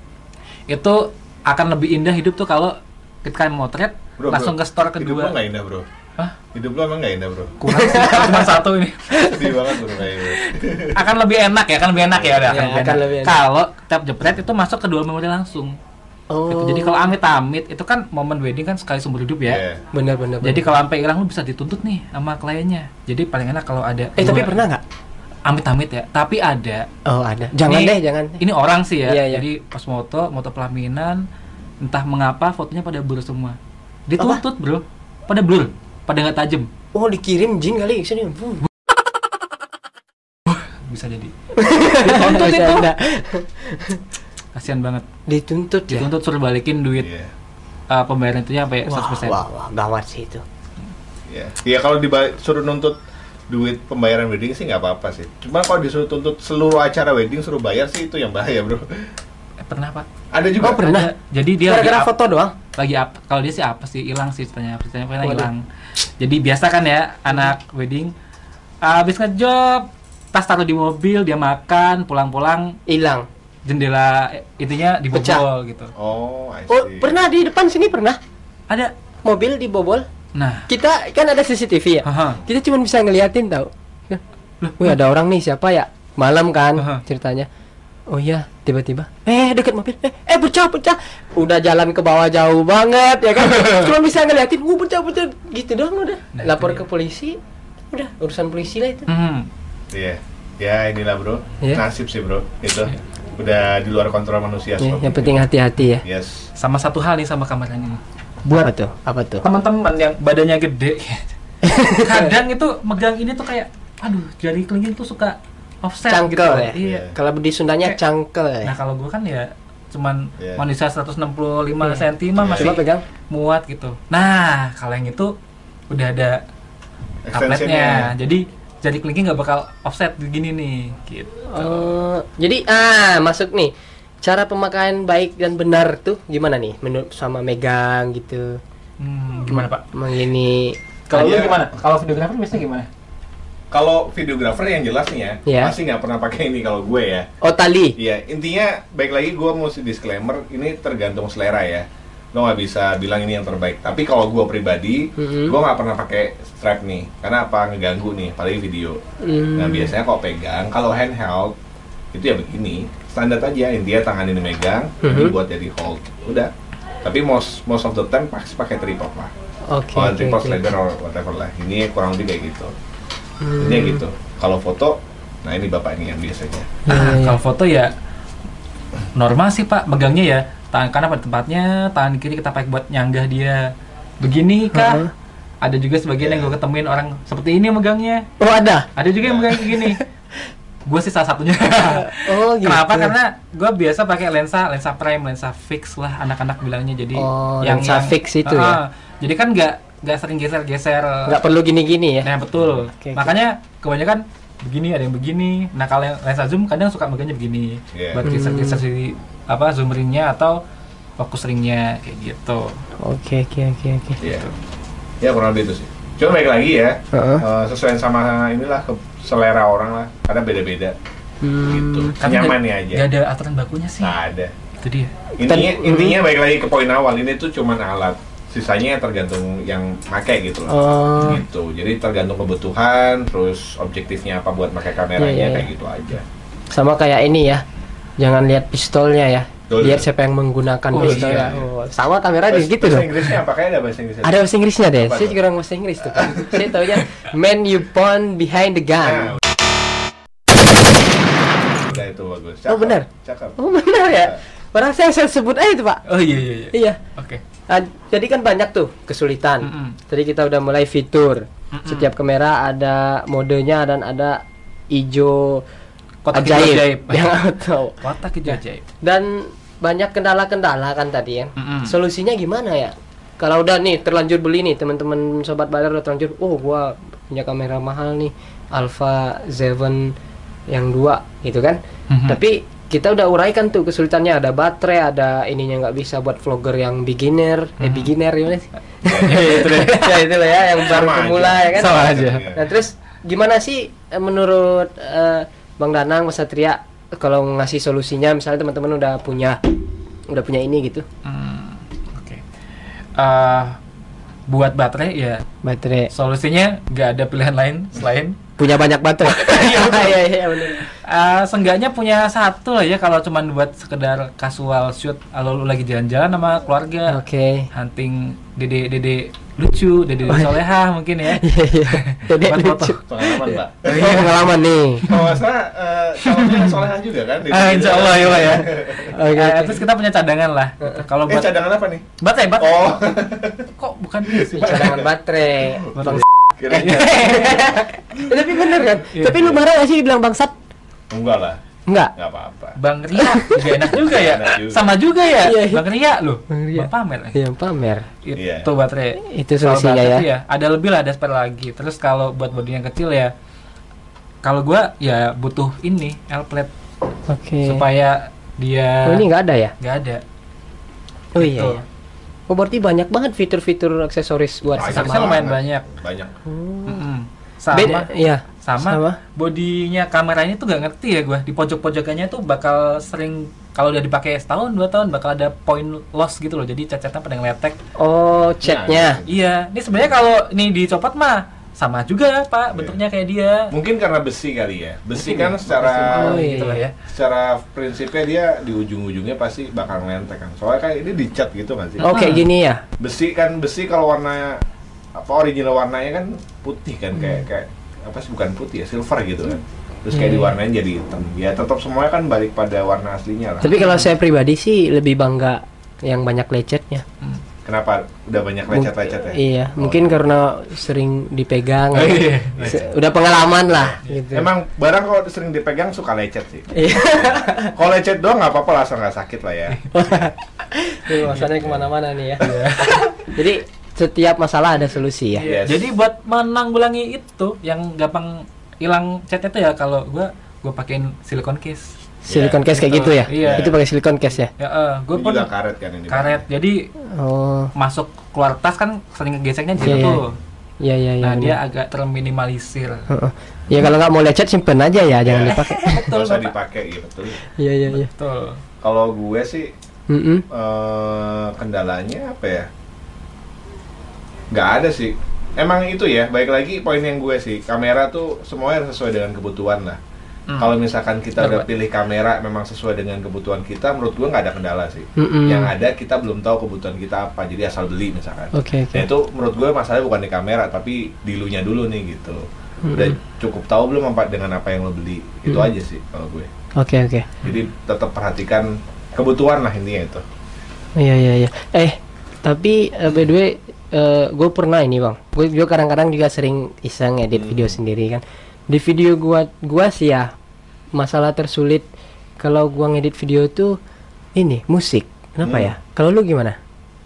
Speaker 1: itu akan lebih indah hidup tuh kalau kita motret
Speaker 2: Bro,
Speaker 1: langsung
Speaker 2: bro,
Speaker 1: ke store
Speaker 2: Hidup lo
Speaker 1: kedua.
Speaker 2: nggak indah bro.
Speaker 1: Hah?
Speaker 2: Hidup lo emang nggak indah bro.
Speaker 1: Kurang sih, cuma satu ini.
Speaker 2: Sedih banget bro kayaknya.
Speaker 1: Akan lebih enak ya, akan lebih enak ya, udah,
Speaker 3: Iya,
Speaker 1: akan lebih
Speaker 3: akan
Speaker 1: enak.
Speaker 3: lebih enak.
Speaker 1: Kalau tap jepret itu masuk ke dua memori langsung.
Speaker 3: Oh.
Speaker 1: Gitu. Jadi kalau amit-amit itu kan momen wedding kan sekali seumur hidup ya.
Speaker 2: Iya.
Speaker 3: bener bener.
Speaker 1: Jadi
Speaker 3: bener.
Speaker 1: kalau sampai hilang lu bisa dituntut nih sama kliennya. Jadi paling enak kalau ada
Speaker 3: eh tapi
Speaker 1: dua-
Speaker 3: pernah nggak?
Speaker 1: amit-amit ya, tapi ada.
Speaker 3: Oh ada. Jangan
Speaker 1: Ini-
Speaker 3: deh, jangan.
Speaker 1: Ini orang sih ya.
Speaker 3: Iya, iya.
Speaker 1: Jadi pas foto, foto pelaminan, entah mengapa fotonya pada blur semua. Dituntut, Bro. Pada blur. pada nggak tajam.
Speaker 3: Oh, dikirim jin kali ke sini. Uh.
Speaker 1: Bisa jadi. Dituntut itu.
Speaker 3: Bercanda.
Speaker 1: Kasihan banget.
Speaker 3: Dituntut ya.
Speaker 1: Dituntut suruh balikin duit
Speaker 2: Iya.
Speaker 1: uh, pembayaran itu sampai
Speaker 3: Wah,
Speaker 1: seratus persen.
Speaker 3: wah, wah, gawat sih itu.
Speaker 2: Iya. Ya kalau disuruh nuntut duit pembayaran wedding sih nggak apa-apa sih. Cuma kalau disuruh tuntut seluruh acara wedding suruh bayar sih itu yang bahaya, Bro.
Speaker 1: Eh, pernah, Pak.
Speaker 2: Ada juga.
Speaker 3: Oh, pernah.
Speaker 1: Ada. Jadi dia
Speaker 3: Gara-gara
Speaker 1: lagi up-
Speaker 3: foto doang.
Speaker 1: lagi apa? Kalau dia sih apa sih? Hilang sih ceritanya. Ceritanya pernah
Speaker 3: Waduh.
Speaker 1: hilang. Jadi biasa kan ya anak wedding habis ngejob, tas taruh di mobil, dia makan, pulang-pulang
Speaker 3: Hilang.
Speaker 1: jendela eh, intinya dibobol
Speaker 3: Pecah.
Speaker 1: gitu.
Speaker 2: Oh, I see.
Speaker 3: Oh, pernah di depan sini pernah
Speaker 1: Ada.
Speaker 3: mobil dibobol.
Speaker 1: Nah,
Speaker 3: Kita kan ada C C T V ya.
Speaker 1: haha.
Speaker 3: Kita cuma bisa ngeliatin tau. Wih, ada orang nih, siapa ya? Malam kan
Speaker 1: Aha.
Speaker 3: ceritanya. Oh iya, tiba-tiba eh dekat mobil. Eh, eh pecah, pecah. Udah jalan ke bawah jauh banget ya kan. Cuma bisa ngeliatin, "Uh, pecah, pecah." Gitu doang udah.
Speaker 1: Nah,
Speaker 3: Lapor
Speaker 1: itu
Speaker 3: ke
Speaker 1: dia.
Speaker 3: polisi. Udah, urusan polisi lah itu.
Speaker 1: Hmm.
Speaker 2: Iya. Ya inilah, Bro.
Speaker 3: Iya.
Speaker 2: Nasib sih, Bro. Itu udah di luar kontrol manusia.
Speaker 3: Ya,
Speaker 2: seperti
Speaker 3: yang
Speaker 2: itu.
Speaker 3: penting hati-hati ya.
Speaker 2: Yes.
Speaker 1: Sama satu hal nih sama kameran ini.
Speaker 3: Buat apa tuh? Apa tuh?
Speaker 1: Teman-teman yang badannya gede, kadang itu megang ini tuh kayak, aduh, jari kelingking tuh suka offset
Speaker 3: Cangkel
Speaker 1: gitu.
Speaker 3: ya?
Speaker 1: Iya.
Speaker 3: Kalau di Sundanya
Speaker 1: Kayak-
Speaker 3: cangkel ya.
Speaker 1: Nah kalau gue kan ya cuman
Speaker 2: Iya.
Speaker 1: manusia seratus enam puluh lima
Speaker 3: Iya.
Speaker 1: sentimeter mah
Speaker 2: Iya.
Speaker 1: masih
Speaker 3: Coba pegang.
Speaker 1: muat gitu. Nah kalau yang itu udah ada tabletnya, jadi jari kelingking nggak bakal offset begini nih, gitu.
Speaker 3: Oh, jadi ah masuk nih. Cara pemakaian baik dan benar tuh gimana nih? Menurut sama megang gitu.
Speaker 1: Hmm, gimana Pak?
Speaker 3: Mengini.
Speaker 1: Kalau lu
Speaker 2: Hanya-
Speaker 1: gimana? Kalau videografer biasanya gimana?
Speaker 2: Kalau videografer yang jelas nih ya,
Speaker 3: Iya.
Speaker 2: pasti nggak pernah pakai ini kalau gue ya.
Speaker 3: Oh, tali.
Speaker 2: Iya, intinya baik lagi gue mesti disclaimer, ini tergantung selera ya. Lo nggak bisa bilang ini yang terbaik. Tapi kalau gue pribadi,
Speaker 3: Mhm.
Speaker 2: gue nggak pernah pakai strap nih, karena apa ngeganggu nih, apalagi video.
Speaker 3: Hmm.
Speaker 2: Nah biasanya kalau pegang, kalau handheld itu ya begini, standar aja. Intinya tangan ini megang,
Speaker 3: Mhm.
Speaker 2: ini buat jadi hold. Udah. Tapi most most of the time pasti pakai tripod lah.
Speaker 3: Oke.
Speaker 2: Kalau
Speaker 3: oke,
Speaker 2: tripod
Speaker 3: oke.
Speaker 2: slider or whatever lah. Ini kurang lebih kayak gitu.
Speaker 3: Hmm.
Speaker 2: Intinya gitu. Kalau foto, nah ini bapak ini yang biasanya.
Speaker 3: Iya,
Speaker 1: Ah,
Speaker 3: iya.
Speaker 1: kalau foto ya normal sih Pak, megangnya ya tangan kanan pada tempatnya, tangan kiri kita pakai buat nyanggah dia. Begini kah?
Speaker 3: Heeh.
Speaker 1: Ada juga sebagian yang gue ketemuin orang seperti ini megangnya.
Speaker 3: Oh, ada.
Speaker 1: Ada juga yang megang kayak gini. Gue sih salah satunya.
Speaker 3: Oh, gitu.
Speaker 1: Kenapa? Karena gue biasa pakai lensa, lensa prime, lensa fix lah anak-anak bilangnya. Jadi
Speaker 3: Oh, lensa fix itu ya?
Speaker 1: Ah, jadi kan nggak nggak sering geser-geser.
Speaker 3: Nggak perlu gini-gini ya.
Speaker 1: Nah betul.
Speaker 3: Oke, oke.
Speaker 1: Makanya kebanyakan begini, ada yang begini. Nah kalau yang lensa zoom kadang suka megangnya begini,
Speaker 2: Iya.
Speaker 1: buat
Speaker 3: Hmm.
Speaker 1: geser-geser si apa zoom ringnya atau fokus ringnya kayak gitu.
Speaker 3: Oke, oke, oke, oke.
Speaker 2: Iya. Ya kurang lebih itu sih. Cuma baik lagi ya,
Speaker 3: Heeh.
Speaker 2: eh, sesuai sama inilah ke selera orang lah, karena beda-beda.
Speaker 3: Hmm.
Speaker 2: Gitu.
Speaker 1: Karena
Speaker 2: Nyaman
Speaker 1: nggak-
Speaker 2: nih aja.
Speaker 1: nggak ada aturan bakunya sih.
Speaker 2: Nggak ada.
Speaker 1: Itu dia.
Speaker 2: Intinya,
Speaker 3: Ten-
Speaker 2: intinya baik lagi ke poin awal, ini tuh cuman alat. Sisanya tergantung yang pakai gitu loh.
Speaker 3: Oh.
Speaker 2: Gitu. Jadi tergantung kebutuhan, terus objektifnya apa buat pakai kameranya,
Speaker 3: Iya, iya, iya.
Speaker 2: kayak gitu aja.
Speaker 3: Sama kayak ini ya. Jangan lihat pistolnya ya.
Speaker 2: Betul.
Speaker 3: Lihat siapa yang menggunakan
Speaker 1: Oh,
Speaker 3: pistol
Speaker 2: iya,
Speaker 3: ya.
Speaker 2: iya.
Speaker 3: Oh, sama kamera
Speaker 2: Bahasa-
Speaker 3: gitu
Speaker 2: bahasa
Speaker 3: dong.
Speaker 2: Inggrisnya apa? Kayaknya ada bahasa Inggrisnya.
Speaker 3: Ada bahasa Inggrisnya deh.
Speaker 2: Apa
Speaker 3: Saya
Speaker 2: tuh?
Speaker 3: juga orang bahasa Inggris tuh. Pak. Saya taunya man you point behind the gun.
Speaker 2: Nah, udah itu bagus.
Speaker 3: Oh, benar?
Speaker 2: Cakep.
Speaker 3: Oh, benar ya. Padahal saya, saya sebut aja itu, Pak.
Speaker 1: Oh iya iya iya.
Speaker 3: Iya.
Speaker 1: Oke.
Speaker 3: Ah, jadi kan banyak tuh kesulitan.
Speaker 1: Mm-mm.
Speaker 3: Tadi kita udah mulai fitur.
Speaker 1: Mm-mm.
Speaker 3: Setiap kamera ada modenya dan ada hijau
Speaker 1: Kotak hijau
Speaker 3: ajaib,
Speaker 1: ajaib.
Speaker 3: yang auto.
Speaker 1: Kotak hijau ajaib.
Speaker 3: Dan banyak kendala-kendala kan tadi ya.
Speaker 1: Mm-mm.
Speaker 3: Solusinya gimana ya? Kalau udah nih terlanjur beli nih teman-teman sobat baler udah terlanjur, oh gua punya kamera mahal nih, Alpha tujuh yang dua gitu kan.
Speaker 1: Mhm.
Speaker 3: Tapi kita udah uraikan tuh kesulitannya, ada baterai, ada ininya nggak bisa buat vlogger yang beginner, eh
Speaker 1: Mhm.
Speaker 3: beginner gimana sih?
Speaker 1: Ya, itu deh.
Speaker 3: ya itu lah ya yang baru
Speaker 2: Sama
Speaker 3: pemula
Speaker 2: aja.
Speaker 3: ya kan.
Speaker 1: Sama aja.
Speaker 3: Nah terus gimana sih eh, menurut eh, Bang Danang, Mas Satria kalau ngasih solusinya, misalnya teman-teman udah punya udah punya ini gitu,
Speaker 1: Hmm, Oke. Eh, buat baterai ya
Speaker 3: baterai,
Speaker 1: solusinya nggak ada pilihan lain selain
Speaker 3: punya banyak baterai. Iya iya iya benar.
Speaker 1: Uh, seenggaknya punya satu lah ya kalau cuman buat sekedar casual shoot kalau lu lagi jalan-jalan sama keluarga.
Speaker 3: Oke.
Speaker 1: Hunting dede dede lucu, dede dede soleha mungkin ya.
Speaker 3: Iya iya. Jadi
Speaker 1: Buat foto.
Speaker 3: lucu.
Speaker 2: Pengalaman, Pak.
Speaker 3: Oh, pengalaman nih.
Speaker 2: Kalau nggak salah, eh, calonnya soleha juga kan?
Speaker 1: Ah, insya Allah ya Pak ya.
Speaker 3: Oke.
Speaker 1: Eh, terus kita punya cadangan lah. gitu. Kalau
Speaker 2: Eh,
Speaker 1: buat
Speaker 2: cadangan apa nih?
Speaker 1: baterai, baterai.
Speaker 2: Oh,
Speaker 1: Kok bukan sih?
Speaker 3: Cadangan baterai.
Speaker 1: Baterai.
Speaker 2: kirain.
Speaker 3: Ya, tapi bener kan?
Speaker 1: Iya,
Speaker 3: Tapi lu
Speaker 1: iya.
Speaker 3: marah gak sih dibilang bangsat?
Speaker 2: Enggak lah,
Speaker 3: Enggak.
Speaker 2: nggak apa-apa.
Speaker 1: Bang Ria juga enak juga ya.
Speaker 2: Enak juga.
Speaker 1: Sama juga ya.
Speaker 3: Iya, iya.
Speaker 1: Bang Ria loh.
Speaker 3: Bang Ria.
Speaker 1: Bang pamer.
Speaker 3: Iya, pamer.
Speaker 1: Itu
Speaker 2: Iya.
Speaker 1: baterai.
Speaker 3: Itu
Speaker 1: Kalau
Speaker 3: solusinya
Speaker 1: baterai
Speaker 3: ya.
Speaker 1: Ada lebih lah, ada spare lagi. Terus kalau buat bodi yang kecil ya, kalau gua ya butuh ini L plate
Speaker 3: Oke.
Speaker 1: supaya dia
Speaker 3: Oh, ini enggak ada ya?
Speaker 1: nggak ada.
Speaker 3: Oh iya.
Speaker 1: Gitu.
Speaker 3: iya. Oh, berarti banyak banget fitur-fitur aksesoris buat
Speaker 2: Banyak
Speaker 1: Aksesorisnya
Speaker 3: sama.
Speaker 1: lumayan
Speaker 2: banget.
Speaker 1: banyak.
Speaker 2: Banyak.
Speaker 1: Mm-mm. Sama
Speaker 3: Beda, iya.
Speaker 1: sama,
Speaker 3: Sama.
Speaker 1: bodinya kameranya tuh nggak ngerti ya gua, di pojok-pojokannya tuh bakal sering kalau udah dipakai setahun dua tahun bakal ada point loss gitu loh, jadi cat-catnya pada ngeletek.
Speaker 3: Oh, chatnya.
Speaker 1: Iya, ini sebenarnya kalau ini dicopot mah sama juga Pak, bentuknya kayak dia.
Speaker 2: Mungkin karena besi kali ya. Besi kan secara
Speaker 3: Oh, iya.
Speaker 1: gitu lah ya.
Speaker 2: secara prinsipnya dia di ujung-ujungnya pasti bakal ngelentek kan. Soalnya kan ini dicat gitu nggak sih?
Speaker 3: Oh, kayak gini ya.
Speaker 2: Besi kan besi kalau warna apa original warnanya kan putih kan kayak kayak apa sih, bukan putih ya, silver gitu kan. Terus kayak
Speaker 3: Hmm.
Speaker 2: diwarnain jadi hitam. Ya tetap semuanya kan balik pada warna aslinya lah.
Speaker 3: Tapi kalau saya pribadi sih lebih bangga yang banyak lecetnya.
Speaker 1: Hmm.
Speaker 2: Kenapa udah banyak lecet-lecet ya?
Speaker 3: Iya,
Speaker 2: Oh.
Speaker 3: mungkin karena sering dipegang.
Speaker 1: Oh, iya.
Speaker 3: Se- Udah pengalaman lah gitu.
Speaker 2: Emang barang kalau sering dipegang suka lecet sih.
Speaker 3: Iya.
Speaker 2: Kalau lecet doang nggak apa-apa lah, asal nggak sakit lah ya.
Speaker 3: Ini masalahnya kemana-mana nih ya. Jadi setiap masalah ada solusi ya.
Speaker 1: Iya.
Speaker 2: Yes.
Speaker 1: Jadi buat menanggulangi itu yang gampang hilang cat itu ya, kalau gua gua pakein silicone case.
Speaker 3: Silicon
Speaker 2: Iya,
Speaker 3: case kayak
Speaker 1: gitu.
Speaker 3: gitu ya.
Speaker 1: Iya.
Speaker 3: Itu pakai silicon case ya.
Speaker 1: Ya, eh, gua
Speaker 2: Ini
Speaker 1: pun
Speaker 2: juga karet kan ini.
Speaker 1: karet. Jadi
Speaker 3: Oh,
Speaker 1: masuk keluar tas kan sering ngegeseknya gitu
Speaker 3: Iya, iya.
Speaker 1: tuh.
Speaker 3: iya iya iya.
Speaker 1: Nah, dia
Speaker 3: bener.
Speaker 1: agak terminimalisir.
Speaker 3: Heeh. Ya kalau nggak mau lecet simpen aja ya, jangan
Speaker 2: Iya.
Speaker 3: dipakai.
Speaker 2: Nggak usah
Speaker 1: Bapak.
Speaker 2: dipakai, iya betul.
Speaker 3: Iya iya iya.
Speaker 1: Betul.
Speaker 2: Kalau gue sih
Speaker 3: Mm-mm.
Speaker 2: eh, kendalanya apa ya? Nggak ada sih. Emang itu ya, baik lagi poin yang gue sih, kamera tuh semuanya sesuai dengan kebutuhan lah.
Speaker 1: Hmm.
Speaker 2: Kalau misalkan kita
Speaker 1: Betul,
Speaker 2: udah
Speaker 1: Pak.
Speaker 2: pilih kamera memang sesuai dengan kebutuhan kita, menurut gue nggak ada kendala sih.
Speaker 3: Mm-mm.
Speaker 2: Yang ada kita belum tahu kebutuhan kita apa, jadi asal beli misalkan.
Speaker 3: Oke oke.
Speaker 2: Nah itu menurut gue masalahnya bukan di kamera, tapi di lunya dulu nih gitu. Udah
Speaker 3: Mm-mm.
Speaker 2: cukup tahu belum apa dengan apa yang lo beli, itu
Speaker 3: Mm-mm.
Speaker 2: aja sih kalau gue.
Speaker 3: Oke oke.
Speaker 2: Jadi tetap perhatikan kebutuhan lah intinya itu.
Speaker 3: Iya iya iya. Eh, tapi eh, by the way, eh, gue pernah ini bang. Gue juga kadang-kadang juga sering iseng edit
Speaker 2: Hmm.
Speaker 3: video sendiri kan. Di video gua gua sih ya, masalah tersulit kalau gua ngedit video tuh ini musik. Kenapa
Speaker 2: Hmm.
Speaker 3: ya? Kalau lu gimana?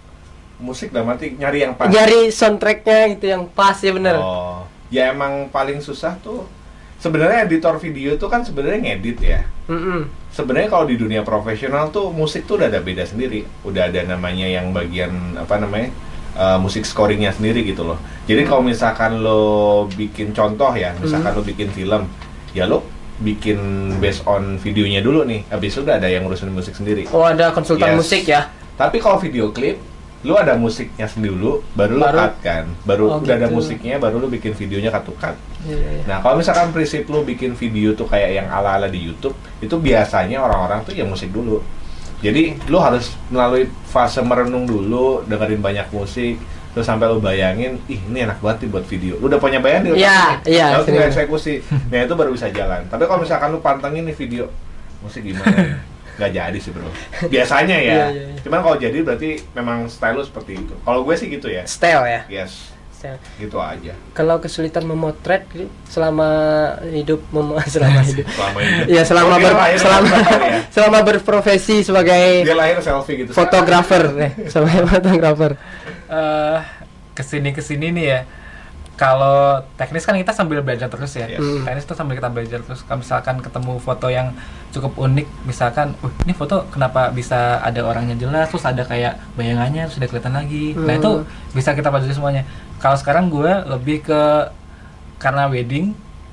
Speaker 2: Musik dalam arti nyari yang pas.
Speaker 3: Nyari soundtracknya gitu yang pas ya bener.
Speaker 2: Oh, ya emang paling susah tuh. Sebenarnya editor video tuh kan sebenarnya ngedit ya.
Speaker 3: Mm-mm.
Speaker 2: Sebenarnya kalau di dunia profesional tuh musik tuh udah ada beda sendiri. Udah ada namanya yang bagian apa namanya? uh, musik scoringnya sendiri gitu loh. Jadi kalau misalkan lo bikin contoh ya, misalkan lo bikin film, ya lo bikin based on videonya dulu nih. Habis itu udah ada yang ngurusin musik sendiri.
Speaker 3: Oh ada konsultan
Speaker 2: Yes.
Speaker 3: musik ya?
Speaker 2: Tapi kalau video klip, lu ada musiknya sendiri dulu, baru lu
Speaker 3: Baru-
Speaker 2: cut kan. Baru
Speaker 3: Oh,
Speaker 2: udah ada
Speaker 3: gitu.
Speaker 2: musiknya, baru lu bikin videonya cut to cut.
Speaker 3: Iya, iya, iya.
Speaker 2: Nah, kalau misalkan prinsip lu bikin video tuh kayak yang ala-ala di YouTube, itu biasanya orang-orang tuh ya musik dulu. Jadi lu harus melalui fase merenung dulu, dengerin banyak musik, terus sampai lu bayangin, ih ini enak banget nih buat video. Lu udah punya bayangan di otak
Speaker 3: Iya,
Speaker 2: lu,
Speaker 3: iya,
Speaker 2: lalu tinggal
Speaker 3: sering.
Speaker 2: eksekusi. Nah itu baru bisa jalan. Tapi kalau misalkan lu pantengin nih video, musik gimana? Nggak jadi sih bro. Biasanya ya.
Speaker 3: Iya, iya, iya.
Speaker 2: Cuman kalau jadi berarti memang style lu seperti itu. Kalau gue sih gitu ya.
Speaker 3: Style ya?
Speaker 2: Yes,
Speaker 3: Style.
Speaker 2: gitu aja.
Speaker 3: Kalau kesulitan memotret gitu, selama hidup mem- selama hidup
Speaker 2: Selama ini.
Speaker 3: ya selama
Speaker 2: Oh, dia
Speaker 3: ber-
Speaker 2: lahir
Speaker 3: selama
Speaker 2: sebentar ya.
Speaker 3: selama berprofesi sebagai
Speaker 2: Dia lahir selfie gitu.
Speaker 3: fotografer eh, sebagai fotografer.
Speaker 1: eh kesini kesini nih ya, kalau teknis kan kita sambil belajar terus ya.
Speaker 2: Yes.
Speaker 3: Hmm.
Speaker 1: Teknis tuh sambil kita belajar terus. Kalau misalkan ketemu foto yang cukup unik, misalkan, uh ini foto kenapa bisa ada orangnya jelas, terus ada kayak bayangannya sudah kelihatan lagi. Nah
Speaker 3: Hmm.
Speaker 1: itu bisa kita pelajari semuanya. Kalau sekarang gue lebih ke karena wedding,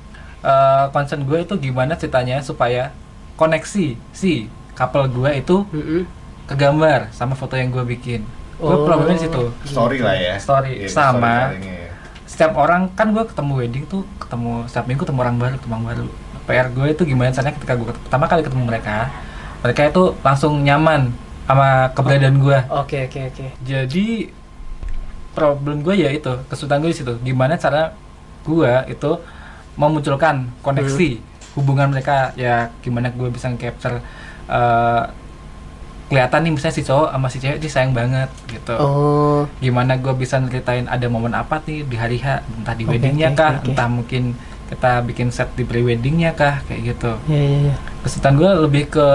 Speaker 1: eh, concern gue itu gimana ceritanya supaya koneksi si couple gue itu
Speaker 3: Mm-mm.
Speaker 1: kegambar sama foto yang gue bikin. Gue
Speaker 3: Oh.
Speaker 1: problemnya di situ.
Speaker 2: Story lah ya.
Speaker 1: Story.
Speaker 2: Iya,
Speaker 1: Sama.
Speaker 2: storytellingnya ya.
Speaker 1: Setiap orang kan gue ketemu wedding tuh ketemu setiap minggu ketemu orang baru, ketemu orang baru. P R gue itu gimana caranya ketika gue pertama kali ketemu mereka, mereka itu langsung nyaman sama keberadaan gue.
Speaker 3: Oke oke oke.
Speaker 1: Jadi problem gue ya itu, kesulitan gue di situ. Gimana cara gue itu memunculkan koneksi hmm. hubungan mereka, ya gimana gue bisa capture uh, kelihatan nih misalnya si cowok sama si cewek ini sayang banget gitu.
Speaker 3: Oh.
Speaker 1: Gimana gue bisa ceritain ada momen apa nih di hari H, entah di
Speaker 3: Okay,
Speaker 1: weddingnya
Speaker 3: okay,
Speaker 1: kah,
Speaker 3: okay.
Speaker 1: entah mungkin kita bikin set di pre-weddingnya kah, kayak gitu.
Speaker 3: Iya iya iya.
Speaker 1: Kesulitan gue lebih ke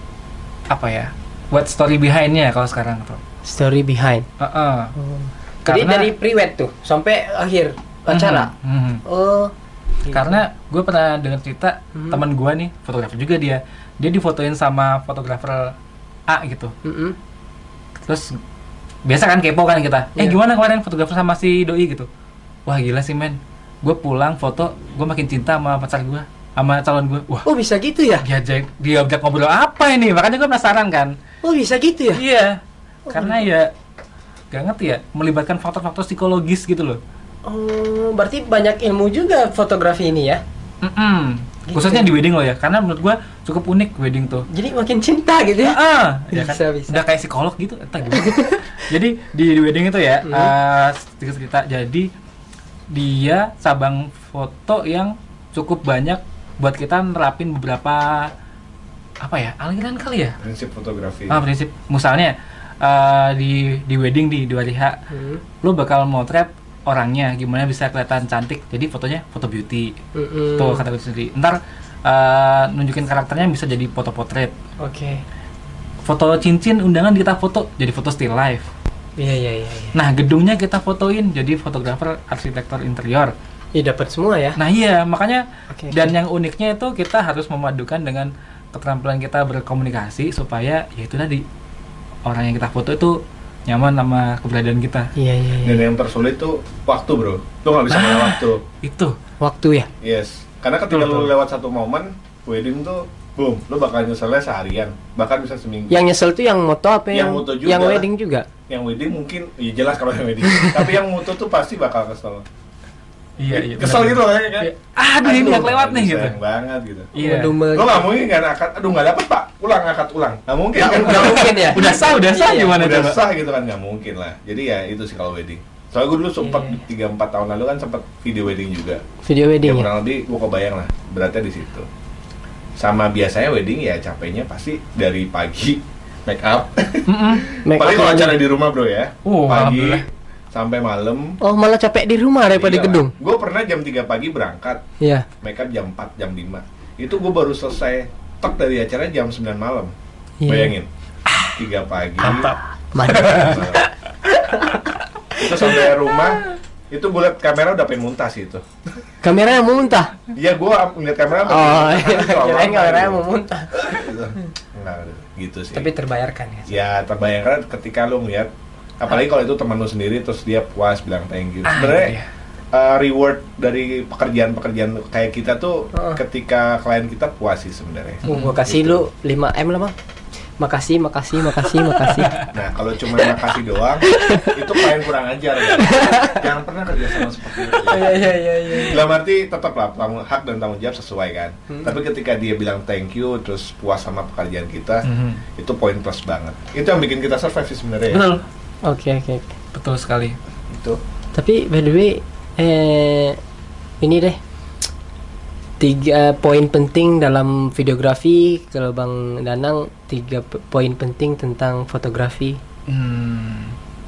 Speaker 1: apa ya? What story behind-nya kalau sekarang tuh.
Speaker 3: Story behind.
Speaker 1: Uh-uh.
Speaker 3: Oh. Jadi
Speaker 1: Karena-
Speaker 3: dari pre-wed tuh sampai akhir acara.
Speaker 1: Mhm, mhm.
Speaker 3: Oh. gitu.
Speaker 1: Karena gue pernah dengar cerita
Speaker 3: Mhm.
Speaker 1: teman gue nih, fotografer juga dia, dia difotoin sama fotografer A gitu.
Speaker 3: Mm-mm.
Speaker 1: Terus biasa kan kepo kan kita, eh
Speaker 3: Iya.
Speaker 1: gimana kemarin fotografer sama si doi gitu. Wah gila sih men, gue pulang foto, gue makin cinta sama pacar gue, sama calon gue. Wah
Speaker 3: Oh bisa gitu ya?
Speaker 1: diajak diajak ngobrol apa ini, makanya gue penasaran kan.
Speaker 3: Oh bisa gitu ya?
Speaker 1: Iya,
Speaker 3: Oh,
Speaker 1: karena ya gak ngerti ya, melibatkan faktor-faktor psikologis gitu loh.
Speaker 3: Oh berarti banyak ilmu juga fotografi ini ya?
Speaker 1: Mm-mm.
Speaker 3: Gitu.
Speaker 1: Khususnya di wedding loh ya, karena menurut gue cukup unik wedding tuh.
Speaker 3: Jadi makin cinta gitu ya?
Speaker 1: Ah, ya kan?
Speaker 3: Bisa, bisa.
Speaker 1: Udah kayak psikolog gitu, entah gimana. Jadi di, di wedding itu ya,
Speaker 3: Hmm.
Speaker 1: eh, sedikit cerita. Jadi dia cabang foto yang cukup banyak buat kita nerapin beberapa apa ya, aliran kali ya.
Speaker 2: Prinsip fotografi.
Speaker 1: Ah, prinsip. Misalnya eh, di di wedding di di hari H,
Speaker 3: Hmm.
Speaker 1: lo bakal motret orangnya gimana bisa kelihatan cantik. Jadi fotonya foto beauty.
Speaker 3: Mm-mm.
Speaker 1: Tuh kata gue sendiri. Ntar eh, nunjukin karakternya bisa jadi foto potret.
Speaker 3: Oke.
Speaker 1: Foto cincin undangan kita foto jadi foto still life.
Speaker 3: Iya iya iya. iya.
Speaker 1: Nah gedungnya kita fotoin jadi fotografer arsitektur interior.
Speaker 3: Iya dapat semua ya?
Speaker 1: Nah iya makanya
Speaker 3: Oke,
Speaker 1: dan
Speaker 3: oke.
Speaker 1: yang uniknya itu kita harus memadukan dengan keterampilan kita berkomunikasi supaya ya itu tadi orang yang kita foto itu nyaman sama keberadaan kita.
Speaker 3: Iya iya iya.
Speaker 2: Dan yang tersulit tuh waktu, bro. Lo nggak bisa
Speaker 1: Ah.
Speaker 2: ngelawan waktu.
Speaker 1: Itu
Speaker 3: Waktu ya?
Speaker 2: Yes. Karena ketika
Speaker 1: Betul,
Speaker 2: lo
Speaker 1: betul.
Speaker 2: lewat satu momen wedding tuh, boom, lo bakal nyeselnya seharian, bahkan bisa seminggu.
Speaker 3: Yang nyesel tuh yang moto apa
Speaker 2: Yang
Speaker 3: yang
Speaker 2: moto juga
Speaker 3: yang
Speaker 2: lah.
Speaker 3: wedding juga?
Speaker 2: Yang wedding mungkin, ya jelas kalau yang wedding. Tapi yang mutu tuh pasti bakal kesel.
Speaker 1: iya iya.
Speaker 2: Kesel
Speaker 1: benar.
Speaker 2: gitu loh kan?
Speaker 1: Iya. Aduh ini nggak kelewat nih gitu.
Speaker 2: Sayang banget gitu.
Speaker 1: Iya.
Speaker 3: Ngedumel
Speaker 2: Lo nggak mungkin kan akad, aduh nggak dapet pak, ulang akad ulang. Nggak mungkin kan?
Speaker 3: Nggak mungkin ya?
Speaker 1: Udah sah udah sah
Speaker 3: Iya,
Speaker 1: gimana
Speaker 2: Udah
Speaker 1: coba?
Speaker 2: sah gitu kan, nggak mungkin lah. Jadi ya itu sih kalau wedding. Soalnya gue dulu sempet
Speaker 3: Iya.
Speaker 2: tiga empat tahun lalu kan sempet video wedding juga.
Speaker 3: Video
Speaker 2: Ya
Speaker 3: wedding ya?
Speaker 2: kurang lebih gue kebayang lah beratnya di situ. Sama biasanya wedding ya capeknya pasti dari pagi make up.
Speaker 1: Mm-mm.
Speaker 3: Make
Speaker 2: Paling
Speaker 3: up
Speaker 2: kalau
Speaker 3: aja.
Speaker 2: acara di rumah bro ya.
Speaker 1: Oh,
Speaker 2: Pagi
Speaker 1: alhamdulillah.
Speaker 2: sampai malam.
Speaker 3: Oh malah capek di rumah daripada di gedung?
Speaker 2: Gue pernah jam tiga pagi berangkat,
Speaker 3: Iya.
Speaker 2: make up jam empat, jam lima. Itu gue baru selesai tek dari acara jam sembilan malam.
Speaker 3: Iya.
Speaker 2: Bayangin. tiga pagi.
Speaker 1: Mantap.
Speaker 3: Mantap.
Speaker 2: malam. Itu sampai rumah, itu gue liat kamera udah pengen muntah sih itu.
Speaker 3: Kameranya mau muntah?
Speaker 2: Iya, gue ngeliat kamera udah
Speaker 3: Oh
Speaker 2: pengen muntah,
Speaker 3: iya,
Speaker 2: karena terlalu
Speaker 3: kirain
Speaker 2: lama
Speaker 3: kameranya
Speaker 2: gitu.
Speaker 3: mau muntah.
Speaker 2: Gitu. Enggak, gitu sih.
Speaker 3: Tapi terbayarkan ya?
Speaker 2: Ya terbayangkan ketika lu ngeliat, apalagi kalau itu teman lu sendiri terus dia puas bilang thank you.
Speaker 1: Ah,
Speaker 2: Sebenarnya
Speaker 1: iya.
Speaker 2: uh, reward dari pekerjaan-pekerjaan kayak kita tuh
Speaker 3: Heeh.
Speaker 2: ketika klien kita puas sih sebenarnya.
Speaker 3: Oh, gua kasih
Speaker 2: Gitu.
Speaker 3: lu lima M lah bang. Makasih, makasih, makasih, makasih.
Speaker 2: Nah kalau cuma makasih doang, itu klien kurang ajar. Ya. Jangan pernah kerja sama seperti itu.
Speaker 3: Iya iya iya iya.
Speaker 2: Dalam arti tetap lah tanggung- hak dan tanggung jawab sesuai kan.
Speaker 3: Hmm.
Speaker 2: Tapi ketika dia bilang thank you terus puas sama pekerjaan kita,
Speaker 1: Mhm.
Speaker 2: itu poin plus banget. Itu yang bikin kita survive sih sebenarnya. Ya.
Speaker 1: Betul,
Speaker 3: Oke oke. oke.
Speaker 1: betul sekali.
Speaker 2: Itu.
Speaker 3: Tapi by the way, eh ini deh tiga poin penting dalam videografi. Kalau Bang Danang tiga p- poin penting tentang fotografi.
Speaker 1: Hmm.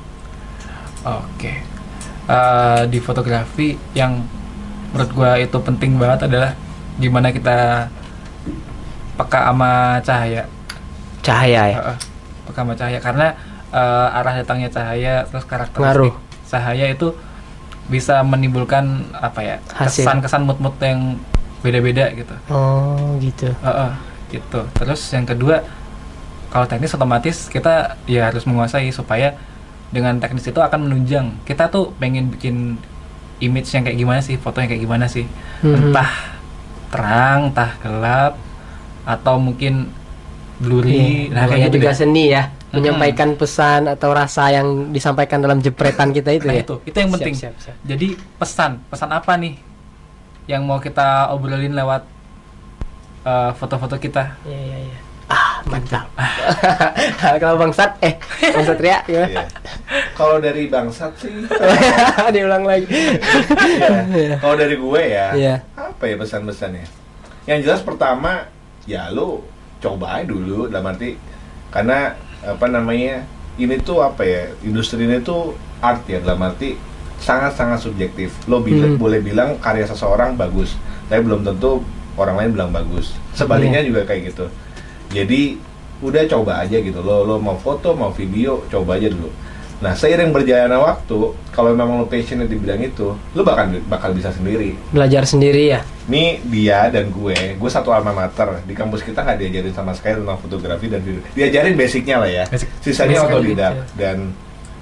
Speaker 1: Oke. Eh, di fotografi yang menurut gua itu penting banget adalah gimana kita peka sama cahaya.
Speaker 3: Cahaya ya.
Speaker 1: Heeh, peka sama cahaya karena eh, arah datangnya cahaya terus karakteristik
Speaker 3: Ngaruh.
Speaker 1: cahaya itu bisa menimbulkan apa ya,
Speaker 3: Hasil.
Speaker 1: kesan-kesan mood-mood yang beda-beda gitu.
Speaker 3: Oh gitu.
Speaker 1: Heeh, gitu. Terus yang kedua, kalau teknis otomatis kita ya harus menguasai supaya dengan teknis itu akan menunjang. Kita tuh pengen bikin image yang kayak gimana sih, foto yang kayak gimana sih.
Speaker 3: Mhm.
Speaker 1: Entah terang, entah gelap, atau mungkin blurry.
Speaker 3: Iya,
Speaker 1: Nah,
Speaker 3: namanya
Speaker 1: kayak gitu
Speaker 3: juga
Speaker 1: deh.
Speaker 3: seni ya.
Speaker 1: Mhm.
Speaker 3: Menyampaikan pesan atau rasa yang disampaikan dalam jepretan kita itu
Speaker 1: Nah,
Speaker 3: ya.
Speaker 1: itu, itu yang
Speaker 3: Siap,
Speaker 1: penting.
Speaker 3: siap, siap.
Speaker 1: Jadi pesan, pesan apa nih yang mau kita obrolin lewat uh, foto-foto kita.
Speaker 3: Iya iya iya. Ah, mantap. Kalau Bangsat eh Bang Satria gimana?
Speaker 2: Iya. Kalau dari Bangsat sih
Speaker 3: Diulang lagi.
Speaker 2: ya. Kalau dari gue ya,
Speaker 3: Iya.
Speaker 2: apa ya pesan-pesannya? Yang jelas pertama, ya lu coba aja dulu dalam arti karena apa namanya ini tuh apa ya industri ini tuh art ya dalam arti sangat-sangat subjektif. Lo bila,
Speaker 3: Hmm.
Speaker 2: boleh bilang karya seseorang bagus, tapi belum tentu orang lain bilang bagus. Sebaliknya juga kayak gitu. Jadi udah coba aja gitu. Lo lo mau foto mau video coba aja dulu. Nah seiring berjalannya waktu, kalau memang lo passionate di bidang itu, lo bakal bakal bisa sendiri.
Speaker 3: Belajar sendiri ya.
Speaker 2: Nih dia dan gue, gue satu alma mater. Di kampus kita nggak diajarin sama sekali tentang fotografi dan video. Diajarin basicnya lah ya.
Speaker 1: Basic.
Speaker 2: Sisanya
Speaker 3: Basic,
Speaker 2: otodidak
Speaker 3: ya.
Speaker 2: dan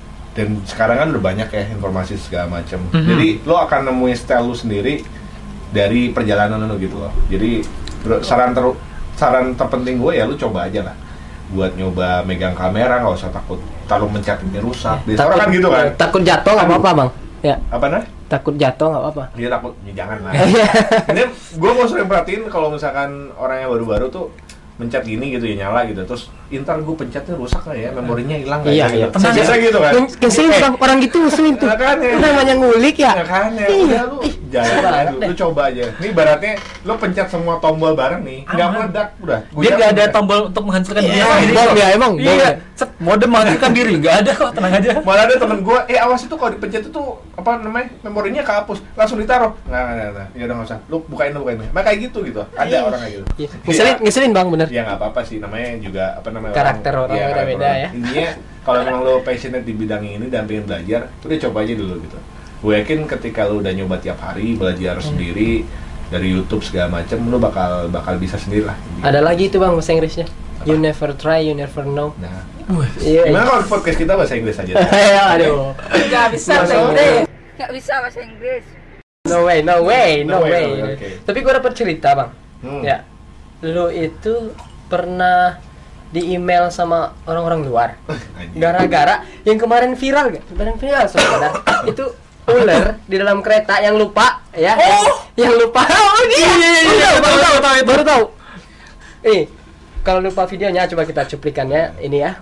Speaker 2: dan sekarang kan udah banyak ya informasi segala macam.
Speaker 1: Mhm.
Speaker 2: Jadi lo akan nemuin style lo sendiri dari perjalanan lo gitu loh. Jadi bro, saran ter saran terpenting gue ya lo coba aja lah buat nyoba megang kamera, nggak usah takut kalau mencet ini rusak. Biasa orang kan gitu kan.
Speaker 3: Takut jatuh nggak apa-apa bang. Ya.
Speaker 2: Apa nah?
Speaker 3: Takut jatuh nggak apa-apa.
Speaker 2: Dia takut, ya jangan lah. Ini gue mau sering perhatiin kalau misalkan orang yang baru-baru tuh mencet gini gitu ya nyala gitu, terus intar gue pencetnya rusak lah ya, memorinya hilang
Speaker 3: Iya,
Speaker 2: kayak
Speaker 3: iya.
Speaker 2: gitu. Biasa gitu kan.
Speaker 3: Keselin
Speaker 2: Eh,
Speaker 3: bang, orang gitu ngeselin tuh.
Speaker 2: Makanya.
Speaker 3: Itu namanya ngulik ya.
Speaker 2: Ya kan ya,
Speaker 3: Iya.
Speaker 2: udah lu
Speaker 3: Ih,
Speaker 2: jalan aja
Speaker 3: banget
Speaker 2: dulu,
Speaker 3: deh.
Speaker 2: lu coba aja. Ini ibaratnya lu pencet semua tombol bareng nih, nggak
Speaker 1: Aman.
Speaker 2: meledak udah.
Speaker 1: Dia
Speaker 2: Guyar
Speaker 1: nggak ada
Speaker 2: udah.
Speaker 1: tombol untuk menghancurkan
Speaker 3: Iya,
Speaker 1: diri
Speaker 3: emang
Speaker 1: sendiri
Speaker 3: bom
Speaker 1: kok.
Speaker 3: ya, emang bom
Speaker 1: Iya,
Speaker 3: ya.
Speaker 1: set mode menghancurkan diri, nggak ada kok, tenang aja.
Speaker 2: Malah ada temen gue, eh awas itu kalau dipencet itu apa namanya memorinya kehapus, langsung ditaruh. Nggak nggak nggak, nggak. Ya udah nggak usah. Lu bukain lu bukain. Makanya kayak gitu gitu. Ada
Speaker 3: Iya.
Speaker 2: orang kayak gitu.
Speaker 3: Iya. Ngeselin, ngeselin bang bener.
Speaker 2: Ya nggak apa-apa sih, namanya juga apa namanya
Speaker 3: Karakter orang
Speaker 2: iya, karakter
Speaker 3: beda-beda
Speaker 2: orang.
Speaker 3: ya.
Speaker 2: Intinya kalau memang lo passionate di bidang ini dan pengen belajar, udah coba aja dulu gitu. Gue yakin ketika lo udah nyoba tiap hari belajar sendiri dari YouTube segala macem, lo bakal bakal bisa sendiri lah.
Speaker 3: Ada lagi itu bang bahasa Inggrisnya. You never try, you never know.
Speaker 2: Nah,
Speaker 3: Iya.
Speaker 2: gimana kalau podcast kita bahasa Inggris aja?
Speaker 3: Ayo, aduh.
Speaker 5: Nggak bisa
Speaker 3: Bahasa
Speaker 5: bahasa Inggris.
Speaker 3: Inggris.
Speaker 5: Nggak bisa bahasa Inggris.
Speaker 3: No way, no way, no,
Speaker 2: No way,
Speaker 3: way.
Speaker 2: no way, oke.
Speaker 3: Tapi gue dapet cerita bang.
Speaker 2: Hmm.
Speaker 3: Ya, lu itu pernah di email sama orang-orang luar.
Speaker 2: Anjing.
Speaker 3: Gara-gara yang kemarin viral gak? Kemarin viral saudara. Itu ular di dalam kereta yang lupa ya.
Speaker 1: Oh!
Speaker 3: Yang lupa. Oh iya.
Speaker 1: Iya, iya, iya,
Speaker 3: Baru
Speaker 1: tahu,
Speaker 3: tahu,
Speaker 1: tahu, tahu,
Speaker 3: baru tahu. Eh, kalau lupa videonya coba kita cuplikannya ini ya.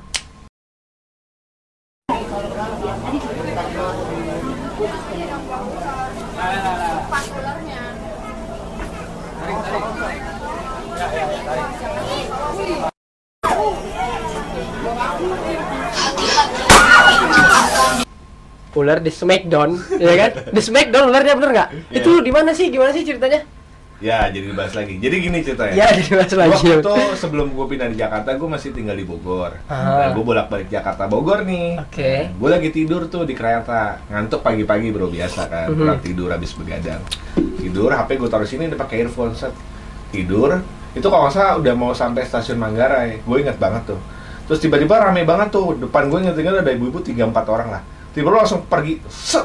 Speaker 3: Ular di Smackdown, ya kan? Di Smackdown ularnya bener nggak?
Speaker 2: Iya.
Speaker 3: Itu di mana sih? Gimana sih ceritanya?
Speaker 2: Ya, jadi dibahas lagi. Jadi gini ceritanya.
Speaker 3: Ya, dibahas lagi.
Speaker 2: Waktu itu sebelum gue pindah di Jakarta, gue masih tinggal di Bogor.
Speaker 3: Ah.
Speaker 2: Nah, gue bolak-balik Jakarta Bogor nih.
Speaker 3: Oke.
Speaker 2: Gue lagi tidur tuh di kereta, ngantuk pagi-pagi bro, biasa kan,
Speaker 3: Mhm.
Speaker 2: kurang tidur habis begadang. Tidur, H P gue taruh sini, udah pakai earphone set. Tidur, itu kalau nggak salah udah mau sampai stasiun Manggarai. Gue inget banget tuh. Terus tiba-tiba rame banget tuh, depan gue inget-inget ada ibu-ibu tiga empat orang lah. Tiba-tiba langsung pergi, set.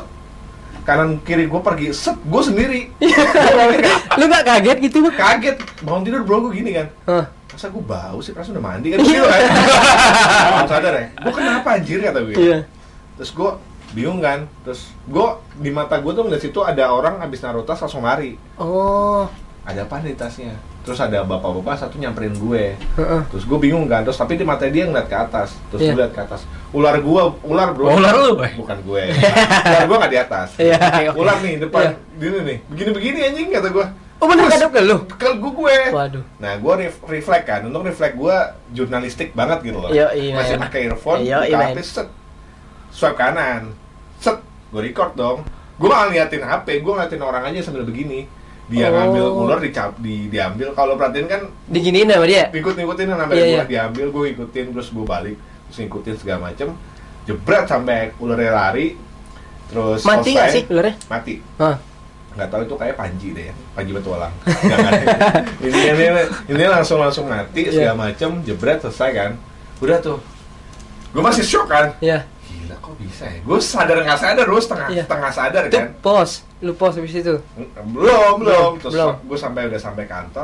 Speaker 2: Kanan kiri gue pergi, set, gue sendiri. Gua mikir,
Speaker 3: Lu nggak kaget gitu? Bang?
Speaker 2: kaget, bangun tidur bro gue gini kan.
Speaker 3: Hah.
Speaker 2: Masa gue bau sih, perasaan udah mandi kan gitu kan. Langsung sadar ya, gue kenapa anjir kata gue.
Speaker 3: Iya.
Speaker 2: Terus gue bingung kan, terus gue di mata gue tuh ngeliat situ ada orang habis naruh tas langsung lari.
Speaker 3: Oh.
Speaker 2: Ada apa di tasnya? Terus ada bapak-bapak satu nyamperin gue.
Speaker 3: Heeh.
Speaker 2: Terus gue bingung kan, terus tapi di mata dia ngeliat ke atas. Terus
Speaker 3: Iya.
Speaker 2: gue liat ke atas. Ular gue, ular bro.
Speaker 1: Oh, ular lu, boy?
Speaker 2: Bukan gue. Ular gue nggak di atas.
Speaker 3: Iya, oke, oke.
Speaker 2: Ular nih depan,
Speaker 3: Iya.
Speaker 2: gini nih, begini-begini anjing kata gue.
Speaker 3: Oh bener
Speaker 2: Terus,
Speaker 3: kadang ke lu?
Speaker 2: Ke gue.
Speaker 3: Waduh.
Speaker 2: Nah, gue ref- reflect kan, untung reflect gue jurnalistik banget gitu loh.
Speaker 3: Iya, iya,
Speaker 2: Masih
Speaker 3: men.
Speaker 2: pakai earphone,
Speaker 3: Iya, iya,
Speaker 2: buka
Speaker 3: men.
Speaker 2: H P, set, swipe kanan, set, gue record dong. Gue malah ngeliatin H P, gue ngeliatin orang aja sambil begini. Dia
Speaker 3: Oh.
Speaker 2: ngambil ular, dicap, di, diambil. Kalau perhatiin kan,
Speaker 3: Diginiin sama dia?
Speaker 2: ikut-ikutin sampai
Speaker 3: Iya,
Speaker 2: gue
Speaker 3: iya.
Speaker 2: diambil, gue ikutin, terus gue balik, terus ngikutin segala macem. Jebret sampai ularnya lari, terus
Speaker 3: Mati nggak
Speaker 2: selesai.
Speaker 3: sih ularnya?
Speaker 2: Mati.
Speaker 3: Hah.
Speaker 2: Nggak tahu itu kayak Panji deh ya, Panji Petualang. Jangan. ini ini ini langsung langsung mati
Speaker 3: Iya.
Speaker 2: segala macem, jebret selesai kan. Udah tuh. Gue masih shock kan.
Speaker 3: Iya.
Speaker 2: Gila kok bisa ya? Gue sadar nggak sadar, gue setengah
Speaker 3: Iya.
Speaker 2: setengah sadar
Speaker 3: Itu
Speaker 2: kan.
Speaker 3: pause. Lu pause habis itu.
Speaker 2: Belum belum. Terus
Speaker 3: belum.
Speaker 2: gue sampai udah sampai kantor.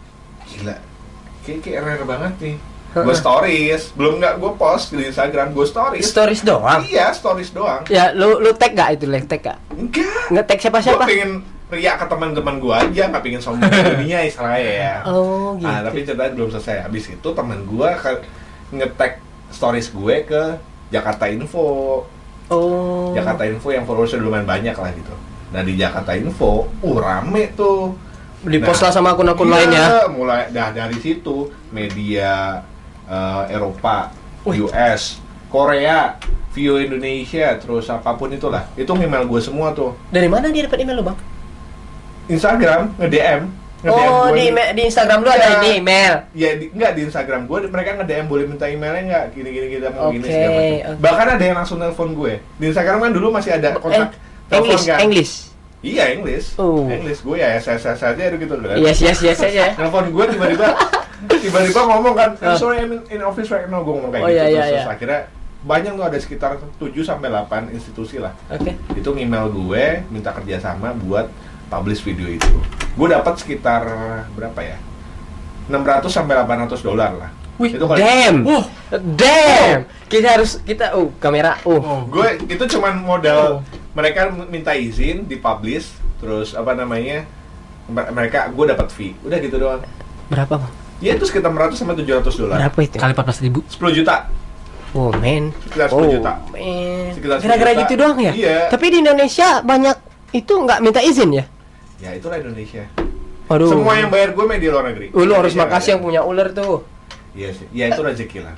Speaker 2: Gila. Kayak kayak rare banget nih.
Speaker 3: Heeh.
Speaker 2: Gue stories, belum nggak gue post di Instagram, gue stories.
Speaker 3: Stories doang.
Speaker 2: Iya, stories doang.
Speaker 3: Ya, lu lu tag gak itu, like tag gak?
Speaker 2: Enggak.
Speaker 3: Nggak tag siapa-siapa?
Speaker 2: Gue pengen riak ke teman-teman gue aja, nggak pingin sombong ke dunia istilahnya ya.
Speaker 3: Oh gitu.
Speaker 2: Nah, tapi ceritanya belum selesai. Habis itu teman gue ke- nge-tag stories gue ke Jakarta Info.
Speaker 3: Oh.
Speaker 2: Jakarta Info yang followersnya lumayan banyak lah gitu. Nah di Jakarta Info, uh rame tuh.
Speaker 3: Di post lah sama akun-akun
Speaker 2: iya,
Speaker 3: lain ya.
Speaker 2: Mulai dah dari situ media uh, Eropa, U S, Korea, Vio Indonesia, terus apapun itulah. Itu email gue semua tuh.
Speaker 3: Dari mana dia dapat email lo, Bang?
Speaker 2: Instagram, nge-D M. nge-D M
Speaker 3: Oh,
Speaker 2: gua
Speaker 3: di,
Speaker 2: nih.
Speaker 3: ema- di Instagram lu
Speaker 2: Iya.
Speaker 3: ada ini email.
Speaker 2: Ya, di, enggak di Instagram gue, mereka nge-D M boleh minta emailnya nggak? Gini-gini kita mau gini
Speaker 3: Oke,
Speaker 2: segala macam.
Speaker 3: oke.
Speaker 2: Bahkan ada yang langsung nelpon gue. Di Instagram kan dulu masih ada kontak telepon
Speaker 3: English,
Speaker 2: kan.
Speaker 3: English.
Speaker 2: Iya, English.
Speaker 3: Oh.
Speaker 2: English gue ya S S S aja gitu kan.
Speaker 3: Yes, yes, yes aja.
Speaker 2: Nelpon gue tiba-tiba tiba-tiba ngomong kan,
Speaker 3: Oh.
Speaker 2: "Sorry, I'm in, in office right now." Gue ngomong kayak
Speaker 3: Oh,
Speaker 2: gitu.
Speaker 3: iya, iya,
Speaker 2: terus,
Speaker 3: iya.
Speaker 2: terus akhirnya banyak tuh, ada sekitar tujuh sampai delapan institusi lah.
Speaker 3: Oke.
Speaker 2: Itu email gue minta kerjasama buat publish video itu. Gue dapat sekitar berapa ya? enam ratus sampai delapan ratus dolar lah.
Speaker 3: Wih,
Speaker 2: itu kalau-
Speaker 3: damn.
Speaker 2: Wah,
Speaker 3: Damn. Kita harus kita uh kamera uh.
Speaker 2: gue itu cuman modal mereka minta izin dipublish, terus apa namanya? mer- Mereka gue dapat fee. Udah gitu doang.
Speaker 3: Berapa, Bang?
Speaker 2: Ya itu sekitar enam ratus sampai tujuh ratus dolar.
Speaker 3: Berapa itu?
Speaker 1: Kali empat belas ribu.
Speaker 2: sepuluh juta.
Speaker 3: Oh, man.
Speaker 2: Sekitar sepuluh
Speaker 3: Oh,
Speaker 2: juta.
Speaker 3: man.
Speaker 2: Sekitar sepuluh
Speaker 3: Gara-gara
Speaker 2: juta.
Speaker 3: gitu doang ya?
Speaker 2: Iya.
Speaker 3: Tapi di Indonesia banyak itu nggak minta izin ya?
Speaker 2: Ya itulah Indonesia.
Speaker 3: Waduh.
Speaker 2: Semua yang bayar gue media luar negeri.
Speaker 3: Uh, lu harus
Speaker 2: Indonesia
Speaker 3: makasih
Speaker 2: nggak
Speaker 3: yang punya ular tuh.
Speaker 2: ada. Iya sih. Ya itu rezeki lah.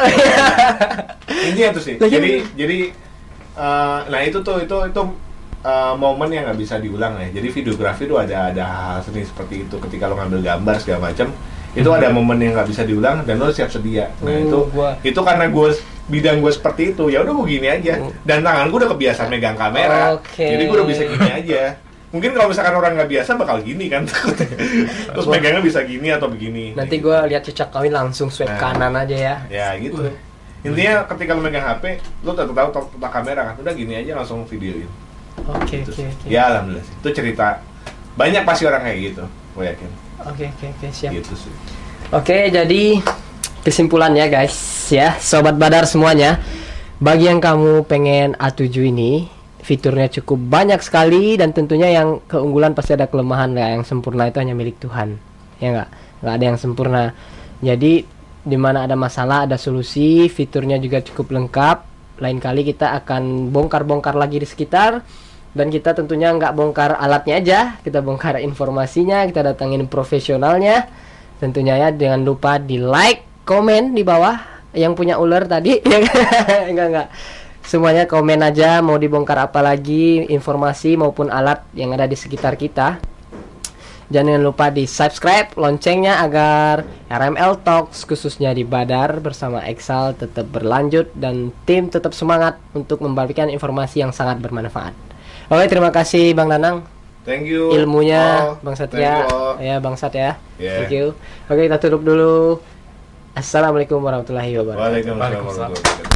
Speaker 2: Intinya itu sih.
Speaker 3: Lah, iya,
Speaker 2: Jadi
Speaker 3: bener.
Speaker 2: jadi eh, nah itu tuh itu itu eh, momen yang nggak bisa diulang ya. Jadi videografi tuh ada ada hal seni seperti itu ketika lo ngambil gambar segala macam. Itu ada momen yang nggak bisa diulang dan lo siap sedia. Nah
Speaker 3: Hmm,
Speaker 2: itu
Speaker 3: gua-
Speaker 2: itu karena gue bidang gue seperti itu, ya udah gue gini aja.
Speaker 3: Hmm.
Speaker 2: Dan tangan gue udah kebiasaan megang kamera,
Speaker 3: Oke.
Speaker 2: jadi gue udah bisa gini aja. Mungkin kalau misalkan orang nggak biasa bakal gini kan, terus
Speaker 3: Gua-
Speaker 2: megangnya bisa gini atau begini.
Speaker 3: Nanti
Speaker 2: gitu.
Speaker 3: gua lihat cecak kawin langsung swipe
Speaker 2: Nah.
Speaker 3: kanan aja ya.
Speaker 2: Ya gitu. Intinya ketika lo megang H P, lo tetap tahu tata tata kamera kan, udah gini aja langsung videoin.
Speaker 3: Oke,
Speaker 2: Gitu
Speaker 3: oke,
Speaker 2: sih.
Speaker 3: oke.
Speaker 2: Ya alhamdulillah sih. Itu cerita banyak pasti orang kayak gitu, gue yakin.
Speaker 3: Oke, oke, oke, siap.
Speaker 2: Gitu sih.
Speaker 3: Oke, jadi kesimpulannya guys ya, sobat Badar semuanya, bagi yang kamu pengen A tujuh ini, fiturnya cukup banyak sekali dan tentunya yang keunggulan pasti ada kelemahan ya. Yang sempurna itu hanya milik Tuhan, ya nggak? Nggak ada yang sempurna. Jadi di mana ada masalah ada solusi, fiturnya juga cukup lengkap. Lain kali kita akan bongkar-bongkar lagi di sekitar. Dan kita tentunya nggak bongkar alatnya aja, kita bongkar informasinya, kita datangin profesionalnya. Tentunya ya, jangan lupa di like, komen di bawah yang punya ular tadi. enggak enggak. Semuanya komen aja mau dibongkar apa lagi, informasi maupun alat yang ada di sekitar kita. Jangan lupa di subscribe loncengnya agar R M L Talks khususnya di Badar bersama Exal tetap berlanjut dan tim tetap semangat untuk membagikan informasi yang sangat bermanfaat. Oke, terima kasih Bang Danang.
Speaker 2: Thank you.
Speaker 3: Ilmunya
Speaker 2: all.
Speaker 3: Bang
Speaker 2: Thank
Speaker 3: Satya.
Speaker 2: you all.
Speaker 3: Ya, Bang Sat ya.
Speaker 2: Yeah.
Speaker 3: Thank you. Oke, kita tutup dulu. Assalamualaikum warahmatullahi wabarakatuh.
Speaker 2: Waalaikumsalam
Speaker 1: Waalaikumsalam.
Speaker 2: warahmatullahi wabarakatuh.